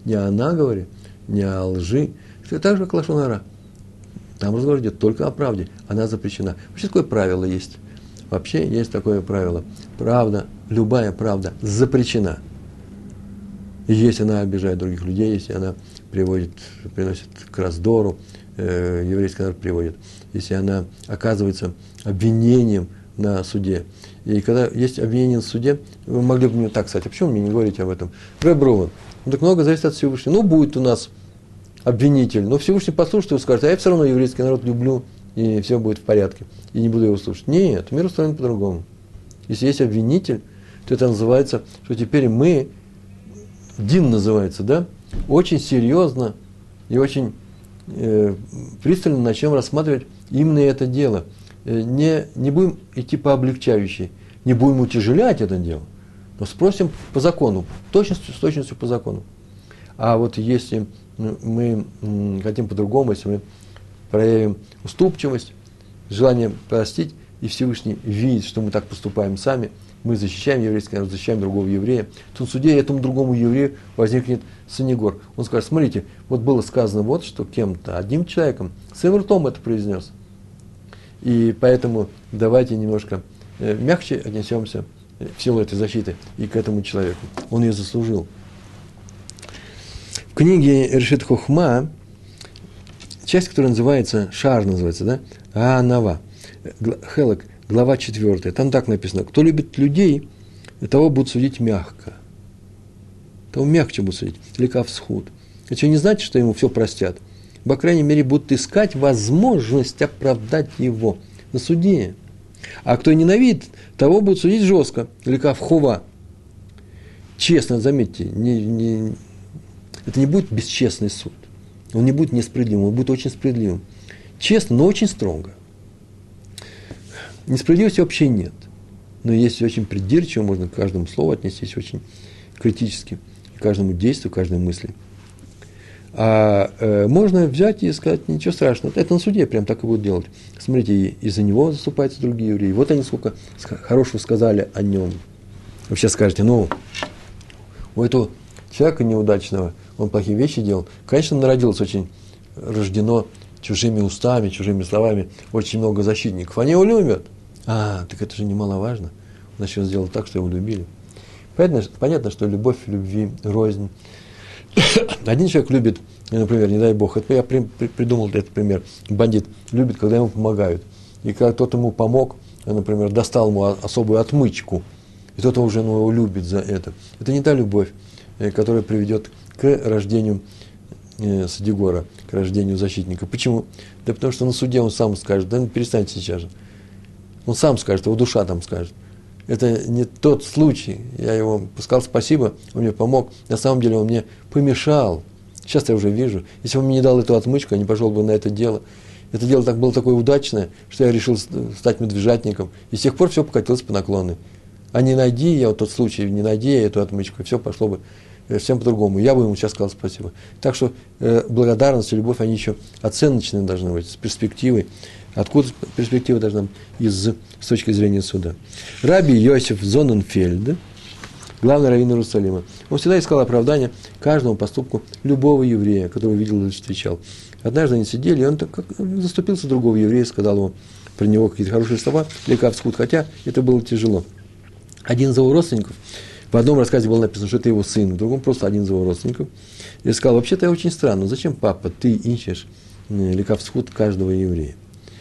не о наговоре, не о лжи. Это так же, как лашон ара. Там разговор идет только о правде. Она запрещена. Вообще такое правило есть. Вообще есть такое правило. Правда, любая правда запрещена. И если она обижает других людей, если она приносит к раздору, еврейский народ приводит, если она оказывается обвинением на суде. И когда есть обвинение на суде, вы могли бы мне так сказать, а почему мне не говорите об этом? Рэб Рувен, так много зависит от Всевышнего. Будет у нас обвинитель, но Всевышний послушает и скажет, а я все равно еврейский народ люблю, и все будет в порядке, и не буду его слушать. Нет, мир устроен по-другому. Если есть обвинитель, то это называется, что теперь мы, Дин называется, да, очень серьезно и очень пристально начнем рассматривать именно это дело. Не будем идти по облегчающей, не будем утяжелять это дело, но спросим по закону, с точностью по закону. А вот если мы хотим по-другому, если мы проявим уступчивость, желание простить, и Всевышний видит, что мы так поступаем сами, мы защищаем еврейский народ, защищаем другого еврея, то на суде этому другому еврею возникнет санигор. Он скажет, смотрите, вот было сказано вот, что кем-то, одним человеком, своим ртом это произнес. И поэтому давайте немножко мягче отнесемся в силу этой защиты и к этому человеку. Он ее заслужил. В книге Решет Хохма, часть, которая называется, Шар называется, да? Аанава, Хелек, глава 4. Там так написано, кто любит людей, того будут судить мягко. Того мягче будут судить. Лекав схуд. Это не значит, что ему все простят. По крайней мере, будут искать возможность оправдать его на суде. А кто ненавидит, того будут судить жестко. Лекав хова. Честно, заметьте, это не будет бесчестный суд. Он не будет несправедливым, он будет очень справедливым. Честно, но очень строго. Несправедливости вообще нет. Но если очень придирчиво, можно к каждому слову отнестись очень критически. К каждому действию, к каждой мысли. А можно взять и сказать, ничего страшного, это на суде прям так и будут делать. Смотрите, из-за него заступаются другие евреи. Вот они сколько хорошего сказали о нем. Вы сейчас скажете, у этого человека неудачного, он плохие вещи делал. Конечно, народился рождено чужими устами, чужими словами, очень много защитников. Они его любят. Так это же немаловажно. Значит, он сделал так, что его любили. Понятно, что любовь, любви, рознь. Один человек любит, например, не дай бог, это я придумал этот пример, бандит любит, когда ему помогают. И когда кто-то ему помог, например, достал ему особую отмычку, и кто-то уже его любит за это. Это не та любовь, которая приведет к рождению Садигора, к рождению защитника. Почему? Да потому что на суде он сам скажет, да перестаньте сейчас же. Он сам скажет, его душа там скажет. Это не тот случай. Я ему сказал спасибо, он мне помог. На самом деле он мне помешал. Сейчас я уже вижу. Если он мне не дал эту отмычку, я не пошел бы на это дело. Это дело было такое удачное, что я решил стать медвежатником. И с тех пор все покатилось по наклонной. А не найди я тот случай, не найди я эту отмычку, и все пошло бы совсем по-другому. Я бы ему сейчас сказал спасибо. Так что благодарность и любовь, они еще оценочные должны быть, с перспективой. Откуда перспектива должна быть? С точки зрения суда. Раби Йосеф Зоненфельд, главный раввин Иерусалима, он всегда искал оправдание каждому поступку любого еврея, которого видел или встречал. Однажды они сидели, и он так заступился другого еврея, сказал ему про него какие-то хорошие слова, лекав схуд, хотя это было тяжело. Один из его родственников, в одном рассказе было написано, что это его сын, в другом просто один из его родственников, и сказал, вообще-то очень странно, зачем, папа, ты ищешь лекав схуд каждого еврея?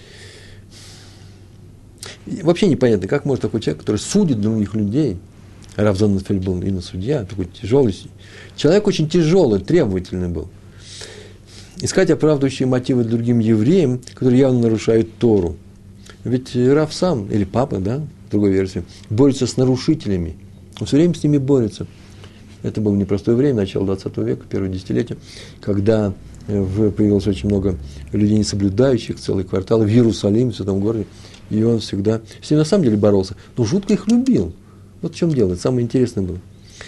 И вообще непонятно, как может такой человек, который судит других людей, Рав Зоненфельд был именно судья, такой тяжелый, человек очень тяжелый, требовательный был, искать оправдывающие мотивы другим евреям, которые явно нарушают Тору. Ведь Рав сам, или папа, да, в другой версии, борется с нарушителями, он все время с ними борется. Это было непростое время, начало 20 века, первое десятилетие, когда появилось очень много людей, не соблюдающих, целые кварталы в Иерусалиме, в Святом городе, и он всегда с ними на самом деле боролся, но жутко их любил. Вот в чем дело, это самое интересное было.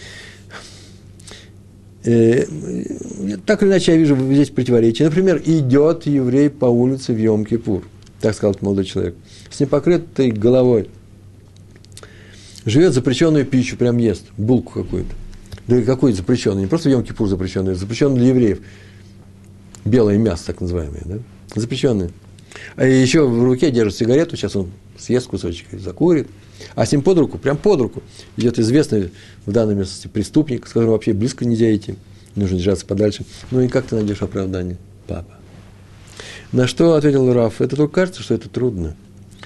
Так или иначе, я вижу здесь противоречие. Например, идет еврей по улице в Йом-Кипур, так сказал этот молодой человек, с непокрытой головой, живет запрещенную пищу, прям ест, булку какую-то. Да и какой запрещенный? Не просто в Йом-Кипур запрещенный, запрещенный для евреев. Белое мясо, так называемое, да? Запрещенное. А еще в руке держит сигарету, сейчас он съест кусочек и закурит. А с ним под руку, прям под руку, идет известный в данном местности преступник, с которым вообще близко нельзя идти. Нужно держаться подальше. Ну и как ты найдешь оправдание, папа? На что ответил Рав? Это только кажется, что это трудно.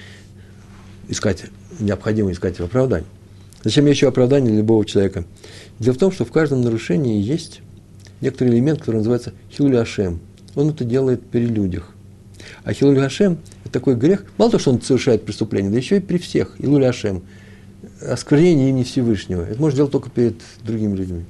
Необходимо искать оправдание. Зачем еще оправдание для любого человека? Дело в том, что в каждом нарушении есть некоторый элемент, который называется хилуль ашем. Он это делает при людях. А хилуль ашем – это такой грех, мало того, что он совершает преступление, да еще и при всех. Хилуль ашем – осквернение имени Всевышнего. Это можно делать только перед другими людьми.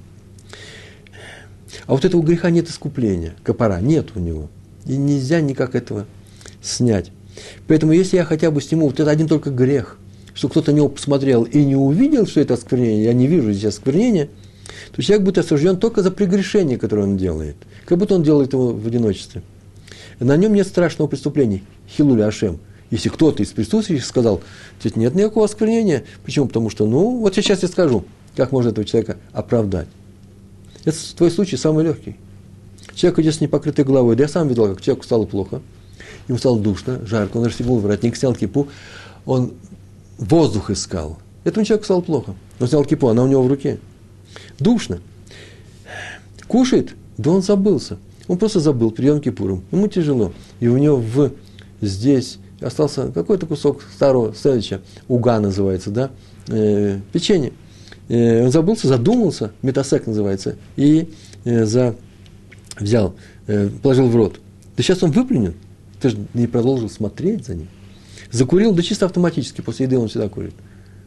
А вот этого греха нет искупления, капара, нет у него. И нельзя никак этого снять. Поэтому, если я хотя бы сниму вот это один только грех, что кто-то на него посмотрел и не увидел, что это осквернение, я не вижу здесь осквернения, то человек будет осужден только за прегрешение, которое он делает. Как будто он делает его в одиночестве. На нем нет страшного преступления, хилуль ашем. Если кто-то из присутствующих сказал, здесь нет никакого осквернения. Почему? Потому что, вот сейчас я скажу, как можно этого человека оправдать. Это твой случай самый легкий. Человек идет с непокрытой головой. Да я сам видел, как человеку стало плохо. Ему стало душно, жарко. Он расстегнул воротник, снял кипу. Он воздух искал. Этому человеку стало плохо. Он снял кипу, она у него в руке. Душно. Кушает, да он забылся. Он просто забыл перед Йом-Кипуром. Ему тяжело. И у него здесь остался какой-то кусок старого сэндвича. Уга называется, да? Печенье. Он забылся, задумался, метасек называется, и взял, положил в рот. Да сейчас он выплюнет. Ты же не продолжил смотреть за ним. Закурил, да чисто автоматически, после еды он всегда курит.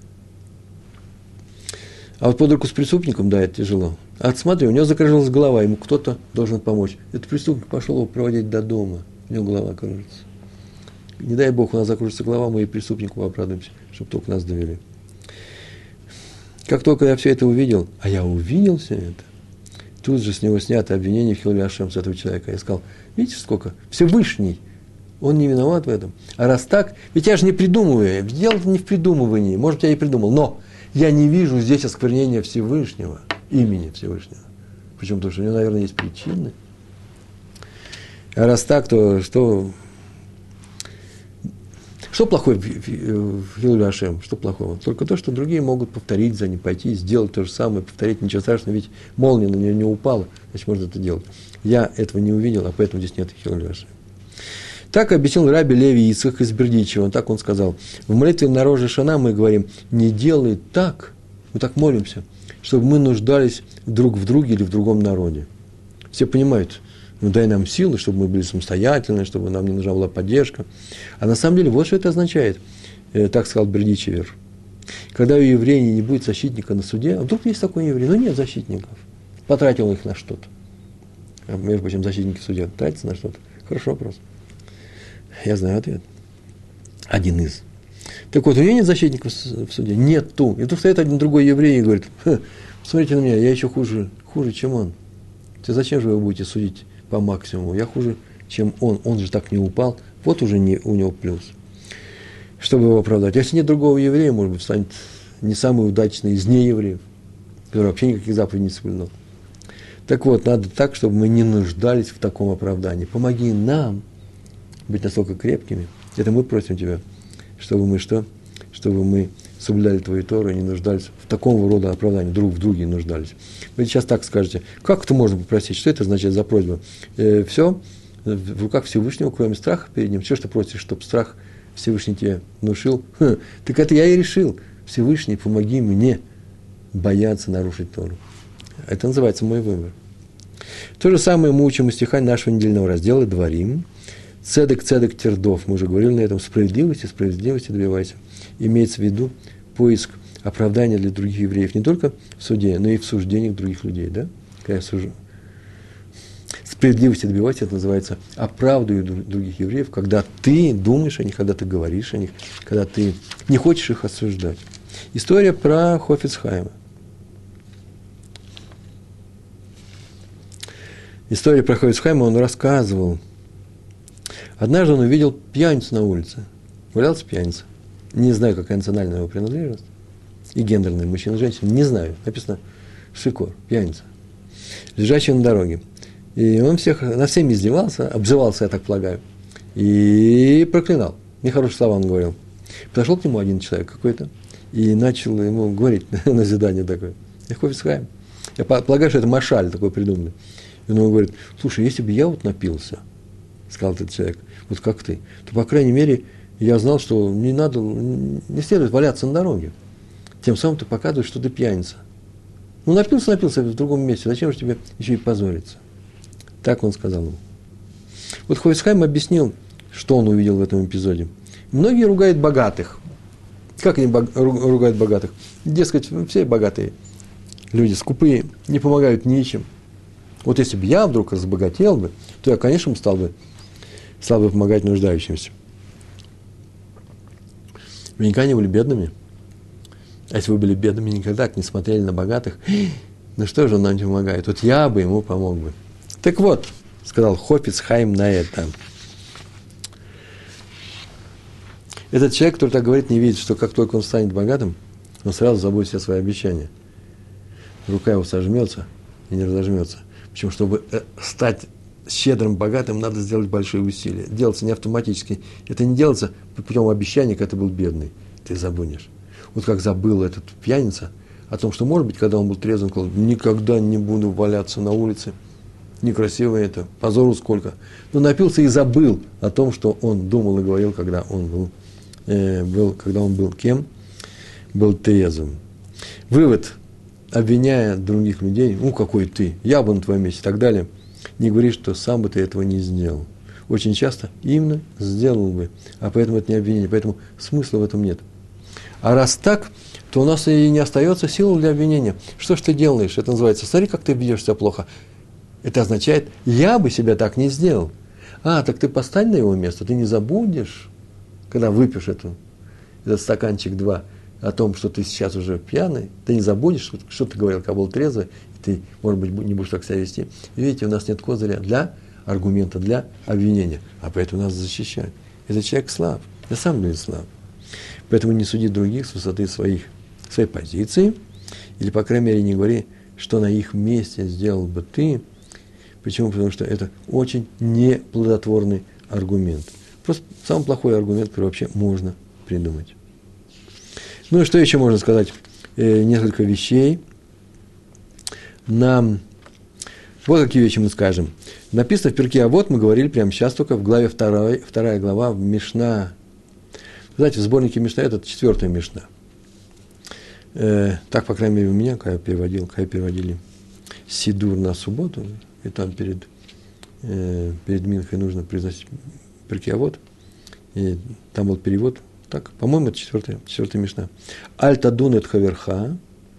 А вот под руку с преступником, да, это тяжело. А смотри, у него закружилась голова, ему кто-то должен помочь. Этот преступник пошел его проводить до дома, у него голова кружится. Не дай Бог, у нас закружится голова, мы и преступнику обрадуемся, чтобы только нас довели. Как только я все это увидел, а я увидел все это, тут же с него снято обвинение в хилуль ашем с этого человека. Я сказал, видите, сколько? Всевышний, он не виноват в этом. А раз так, ведь я же не придумываю, дело-то не в придумывании, может, я и придумал, но я не вижу здесь осквернения Всевышнего, имени Всевышнего. Почему? Потому что у него, наверное, есть причины. А раз так, то что плохое в хилуль ашем? Что плохого? Только то, что другие могут повторить за ним, пойти и сделать то же самое, повторить, ничего страшного, ведь молния на нее не упала, значит, можно это делать. Я этого не увидел, а поэтому здесь нет хилуль ашем. Так объяснил Раби Леви Ицхак из Бердичева, так он сказал. В молитве на Рош ха-Шана мы говорим, не делай так, мы так молимся, чтобы мы нуждались друг в друге или в другом народе. Все понимают, дай нам силы, чтобы мы были самостоятельны, чтобы нам не нужна была поддержка. А на самом деле, вот что это означает, так сказал Бердичевер. Когда у еврея не будет защитника на суде, а вдруг есть такой еврей, но нет защитников. Потратил их на что-то. Между прочим, защитники в суде тратятся на что-то. Хороший вопрос. Я знаю ответ. Один из. Так вот, у него нет защитников в суде? Нету. И тут стоит один другой еврей и говорит, посмотрите на меня, я еще хуже, чем он. Зачем же вы будете судить по максимуму? Я хуже, чем он же так не упал. Вот уже у него плюс. Чтобы его оправдать. Если нет другого еврея, может быть, станет не самый удачный из неевреев, который вообще никаких заповедей не соблюдал. Так вот, надо так, чтобы мы не нуждались в таком оправдании. Помоги нам быть настолько крепкими. Это мы просим Тебя, чтобы мы что? Чтобы мы соблюдали Твою Тору и не нуждались в такого рода оправдании, друг в друге не нуждались. Вы сейчас так скажете, как это можно попросить? Что это значит за просьба? Все в руках Всевышнего, кроме страха перед Ним. Что ж ты просишь, чтобы страх Всевышний тебе внушил? Так это я и решил. Всевышний, помоги мне бояться нарушить Тору. Это называется мой выбор. То же самое мы учим из стиха нашего недельного раздела «Дворим». Цедек тердов. Мы уже говорили на этом. Справедливости добивайся. Имеется в виду поиск оправдания для других евреев не только в суде, но и в суждениях других людей. Да? Когда справедливости добивайся, это называется оправдываю других евреев, когда ты думаешь о них, когда ты говоришь о них, когда ты не хочешь их осуждать. История про Хофец Хаима. История про Хофец Хаима он рассказывал. Однажды он увидел пьяницу на улице. Валялся пьяница. Не знаю, какая национальная его принадлежность. И гендерная, мужчина, женщина. Не знаю. Написано шикор, пьяница, лежащий на дороге. И он над всеми издевался, обзывался, я так полагаю, и проклинал. Нехорошие слова он говорил. Подошел к нему один человек какой-то и начал ему говорить назидание такое. Хофец Хаим. Я полагаю, что это машаль такой придуманный. И он ему говорит: слушай, если бы я вот напился, сказал этот человек, вот как ты, то, по крайней мере, я знал, что не следует валяться на дороге. Тем самым ты показываешь, что ты пьяница. Ну, напился в другом месте, зачем же тебе еще и позориться? Так он сказал ему. Вот Хофец Хаим объяснил, что он увидел в этом эпизоде. Многие ругают богатых. Как они ругают богатых? Дескать, все богатые люди скупые, не помогают ничем. Вот если бы я вдруг разбогател бы, то я, конечно, стал бы помогать нуждающимся. Вы никогда не были бедными? А если вы были бедными, никогда не смотрели на богатых, ну что же он нам не помогает? Вот я бы ему помог бы. Так вот, сказал Хофец Хаим на это. Этот человек, который так говорит, не видит, что как только он станет богатым, он сразу забудет все свои обещания. Рука его сожмется и не разожмется. Почему? Чтобы стать щедрым, богатым, надо сделать большие усилия. Делается не автоматически. Это не делается путем обещания, когда ты был бедный. Ты забудешь. Вот как забыл этот пьяница о том, что, может быть, когда он был трезвым, он сказал: никогда не буду валяться на улице. Некрасиво это, позору сколько. Но напился и забыл о том, что он думал и говорил, когда он был кем? Был трезвым. Вывод: обвиняя других людей, ну какой ты, я бы на твоем месте и так далее, не говори, что сам бы ты этого не сделал. Очень часто именно сделал бы, а поэтому это не обвинение, поэтому смысла в этом нет. А раз так, то у нас и не остается сил для обвинения. Что ж ты делаешь? Это называется: смотри, как ты ведешь себя плохо. Это означает: я бы себя так не сделал. Так ты постань на его место, ты не забудешь, когда выпьешь этот стаканчик 2, о том, что ты сейчас уже пьяный, ты не забудешь, что ты говорил, когда был трезвый, и ты, может быть, не будешь так себя вести. И видите, у нас нет козыря для аргумента, для обвинения, а поэтому нас защищают. Этот человек слаб, на самом деле слаб. Поэтому не суди других с высоты своей позиции, или, по крайней мере, не говори, что на их месте сделал бы ты. Почему? Потому что это очень неплодотворный аргумент. Просто самый плохой аргумент, который вообще можно придумать. Ну и что еще можно сказать? Несколько вещей. Вот какие вещи мы скажем. Написано в Перке Авот, мы говорили прямо сейчас только в главе 2 глава в Мишна. Знаете, в сборнике Мишна это 4-я Мишна. Так, по крайней мере, у меня, когда переводили Сидур на субботу, и там перед Минхой нужно произносить Перке Авот, и там был перевод. Так, по-моему, это 4-я Мишна. Аль тадун эт хаверха,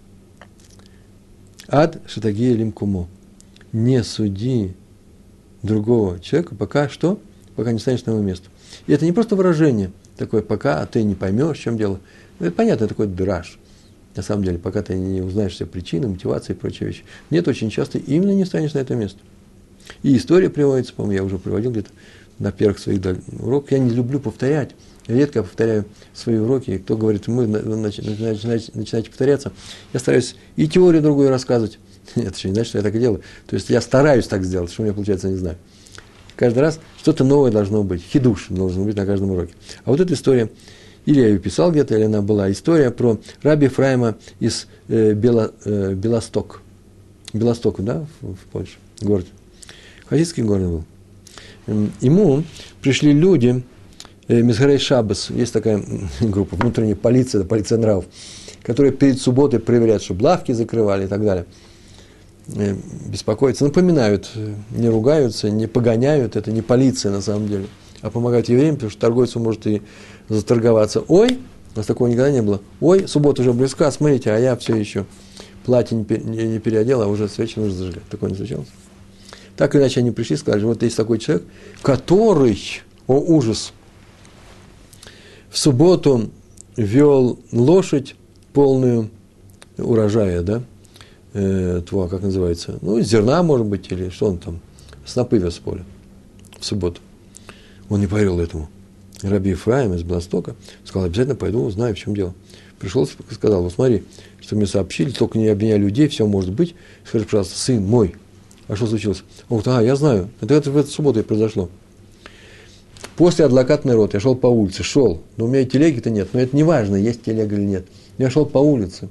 ад шатагия лим кумо. Не суди другого человека, пока не станешь на его место. И это не просто выражение такое, пока ты не поймешь, в чем дело. Это понятно, это такой драж. На самом деле, пока ты не узнаешь все причины, мотивации и прочие вещи. Нет, очень часто именно не станешь на это место. И история приводится, по-моему, я уже приводил где-то на первых своих уроках. Я не люблю повторять. Я редко повторяю свои уроки, и кто говорит: вы начинаете повторяться, я стараюсь и теорию другую рассказывать. Это еще не значит, что я так и делаю. То есть я стараюсь так сделать, что у меня получается, не знаю. Каждый раз что-то новое должно быть, хидуш должен быть на каждом уроке. А вот эта история, или я ее писал где-то, или она была, история про раби Ефраима из Белосток. Белосток, да, в Польше, город. Хасидский город был. Ему пришли люди, Мизгарей Шаббас, есть такая группа, внутренняя полиция, это полиция нравов, которые перед субботой проверяют, чтобы лавки закрывали и так далее. Беспокоятся, напоминают, не ругаются, не погоняют, это не полиция на самом деле, а помогают евреям, потому что торговец может и заторговаться. Ой, у нас такого никогда не было. Ой, суббота уже близка, смотрите, а я все еще платье не переодел, а уже свечи нужно зажигать. Такое не случалось. Так или иначе они пришли и сказали: вот есть такой человек, который, о ужас, в субботу вел лошадь полную урожая, да, как называется, зерна, может быть, или что он там, снопы вез в поле в субботу. Он не поверил этому. Раби Ефраим из Белостока, сказал, обязательно пойду, узнаю, в чем дело. Пришел и сказал, вот смотри, что мне сообщили, только не обвиняй людей, все может быть. Скажи, пожалуйста, сын мой, а что случилось? Он говорит, я знаю, это в эту субботу и произошло. После Адлакат Нерот я шел по улице, но у меня и телеги-то нет, но это не важно, есть телега или нет. Я шел по улице,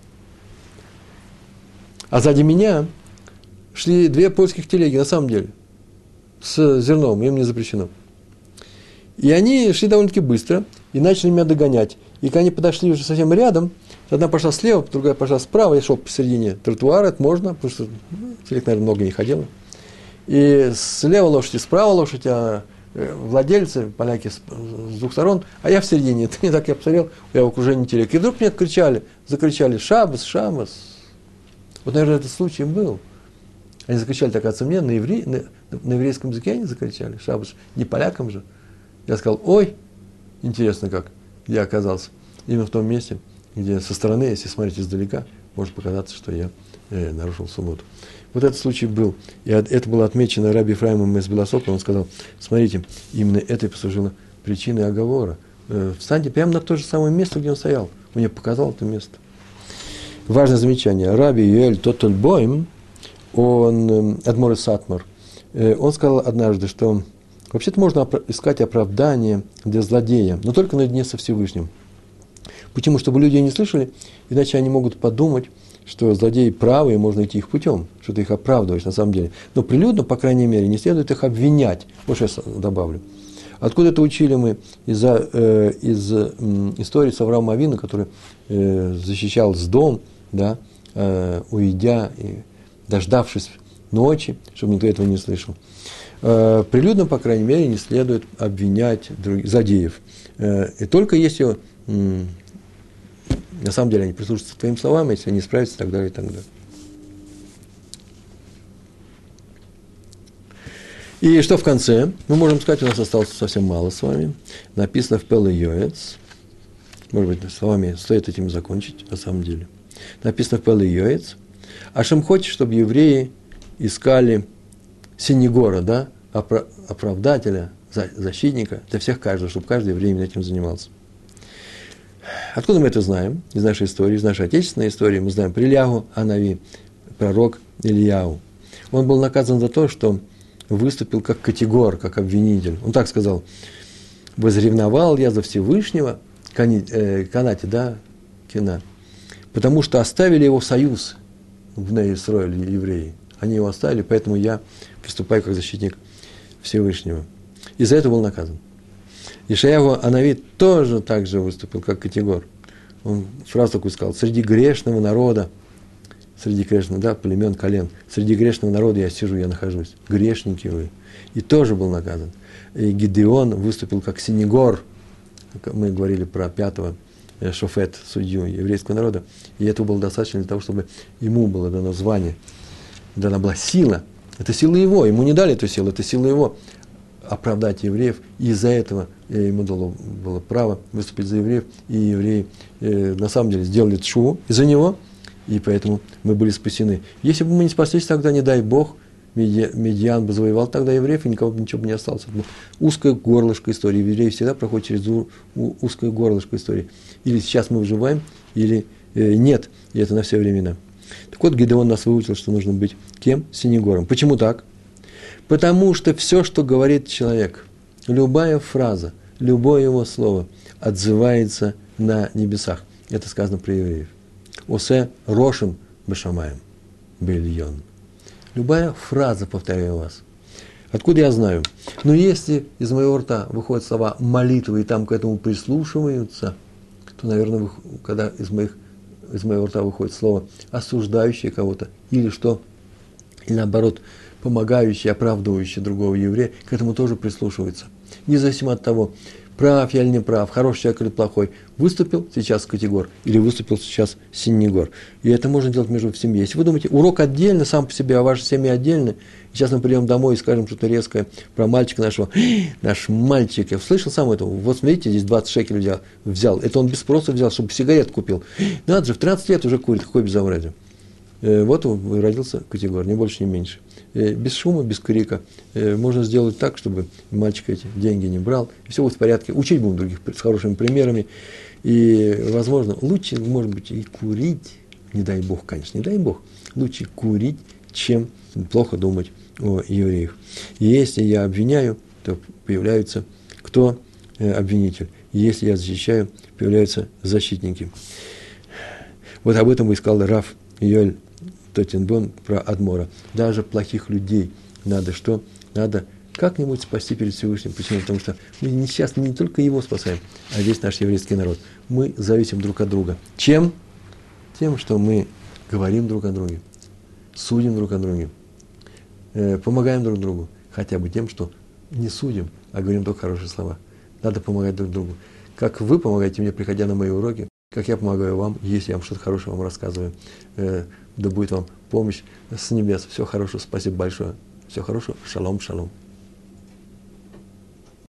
а сзади меня шли 2 польских телеги, на самом деле, с зерном, им не запрещено. И они шли довольно-таки быстро и начали меня догонять. И когда они подошли уже совсем рядом, одна пошла слева, другая пошла справа, я шел посередине тротуара, это можно, потому что телег, наверное, много не ходило. И слева лошадь, и справа лошадь, а владельцы, поляки с 2 сторон, а я в середине. Это не так я посмотрел, я в окружении телег. И вдруг мне закричали «Шаббас, Шаббас». Вот, наверное, этот случай был. Они закричали, так оказывается, мне на еврейском языке они закричали «Шаббас», не полякам же. Я сказал, ой, интересно как, я оказался именно в том месте, где со стороны, если смотреть издалека, может показаться, что я нарушил субботу. Вот этот случай был, и это было отмечено Раби Ефраимом из Белосока, он сказал, смотрите, именно это и послужило причиной оговора. Встаньте прямо на то же самое место, где он стоял, он мне показал это место. Важное замечание, Раби Юэль Тотельбойм, он, Адмор из Сатмар, он сказал однажды, что вообще-то можно искать оправдание для злодея, но только наедине со Всевышним. Почему? Чтобы люди не слышали, иначе они могут подумать, что злодеи правы, и можно идти их путем, что ты их оправдываешь на самом деле. Но прилюдно, по крайней мере, не следует их обвинять. Вот что я добавлю. Откуда это учили мы? Из истории с Авраамом Авину, который защищал дом, да, уйдя и дождавшись ночи, чтобы никто этого не слышал. Прилюдно, по крайней мере, не следует обвинять злодеев. И только если на самом деле они прислушаются к твоим словам, если они справятся, и так далее, и так далее. И что в конце? Мы можем сказать, у нас осталось совсем мало с вами. Написано в Пеле Йоэц. Может быть, словами стоит этим закончить, на самом деле. Написано в Пеле Йоэц. Ашем хочет, чтобы евреи искали синегора, да, оправдателя, защитника для всех каждого, чтобы каждый еврей этим занимался. Откуда мы это знаем? Из нашей истории, из нашей отечественной истории. Мы знаем про Ильягу Анави, пророк Ильяу. Он был наказан за то, что выступил как категор, как обвинитель. Он так сказал: возревновал я за Всевышнего, Канате, да, Кена, потому что оставили его союз в Израиле евреи. Они его оставили, поэтому я выступаю как защитник Всевышнего. И за это был наказан. Ишаяху Анави тоже так же выступил, как категор. Он фразу такую сказал: среди грешного народа, среди грешного, да, племен, колен, среди грешного народа я сижу, я нахожусь. Грешники вы. И тоже был наказан. И Гидеон выступил как синегор. Мы говорили про 5-го шофет, судью еврейского народа. И этого было достаточно для того, чтобы ему было дано звание, дана была сила. Это сила его. Ему не дали эту силу, это сила его оправдать евреев. И из-за этого ему дало было право выступить за евреев. И евреи на самом деле сделали тшуву из-за него. И поэтому мы были спасены. Если бы мы не спаслись, тогда, не дай Бог, Медиан бы завоевал тогда евреев, и ничего бы не осталось. Это узкое горлышко истории. Евреи всегда проходят через узкое горлышко истории. Или сейчас мы выживаем, или нет. И это на все времена. Так вот, Гидеон нас выучил, что нужно быть кем? Синегором. Почему так? Потому что все, что говорит человек, любая фраза, любое его слово отзывается на небесах. Это сказано про евреев. Осе рошим бешамаем бельон. Любая фраза, повторяю вас. Откуда я знаю? Но если из моего рта выходят слова молитвы, и там к этому прислушиваются, то, наверное, когда из моего рта выходит слово, осуждающее кого-то, или что, или наоборот, помогающее, оправдывающее другого еврея, к этому тоже прислушивается. Независимо от того, прав я или не прав, хороший человек или плохой, выступил сейчас категор, или выступил сейчас синегор. И это можно делать между в семье. Если вы думаете, урок отдельно, сам по себе, а ваша семья отдельно, сейчас мы придем домой и скажем что-то резкое про мальчика нашего. Наш мальчик, я слышал сам это, вот смотрите, здесь 20 шекелей взял. Это он без спроса взял, чтобы сигарет купил. Надо же, в 13 лет уже курит, какое безобразие. Вот родился категор, ни больше, ни меньше. без шума, без крика можно сделать так, чтобы мальчик эти деньги не брал, и все будет в порядке. Учить будем других с хорошими примерами. И, возможно, лучше, может быть, и курить, не дай Бог, конечно, не дай Бог, лучше курить, чем плохо думать о евреях. И если я обвиняю, то появляются кто обвинитель. И если я защищаю, появляются защитники. Вот об этом искал Рав Йоэль Тотенбон про Адмора. Даже плохих людей надо что? Надо как-нибудь спасти перед Всевышним. Почему? Потому что мы сейчас не только его спасаем, а весь наш еврейский народ. Мы зависим друг от друга. Чем? Тем, что мы говорим друг о друге, судим друг о друге, помогаем друг другу. Хотя бы тем, что не судим, а говорим только хорошие слова. Надо помогать друг другу. Как вы помогаете мне, приходя на мои уроки, как я помогаю вам, если я вам что-то хорошее вам рассказываю. Да будет вам помощь с небес. Всего хорошего, спасибо большое. Всего хорошего. Шалом, шалом.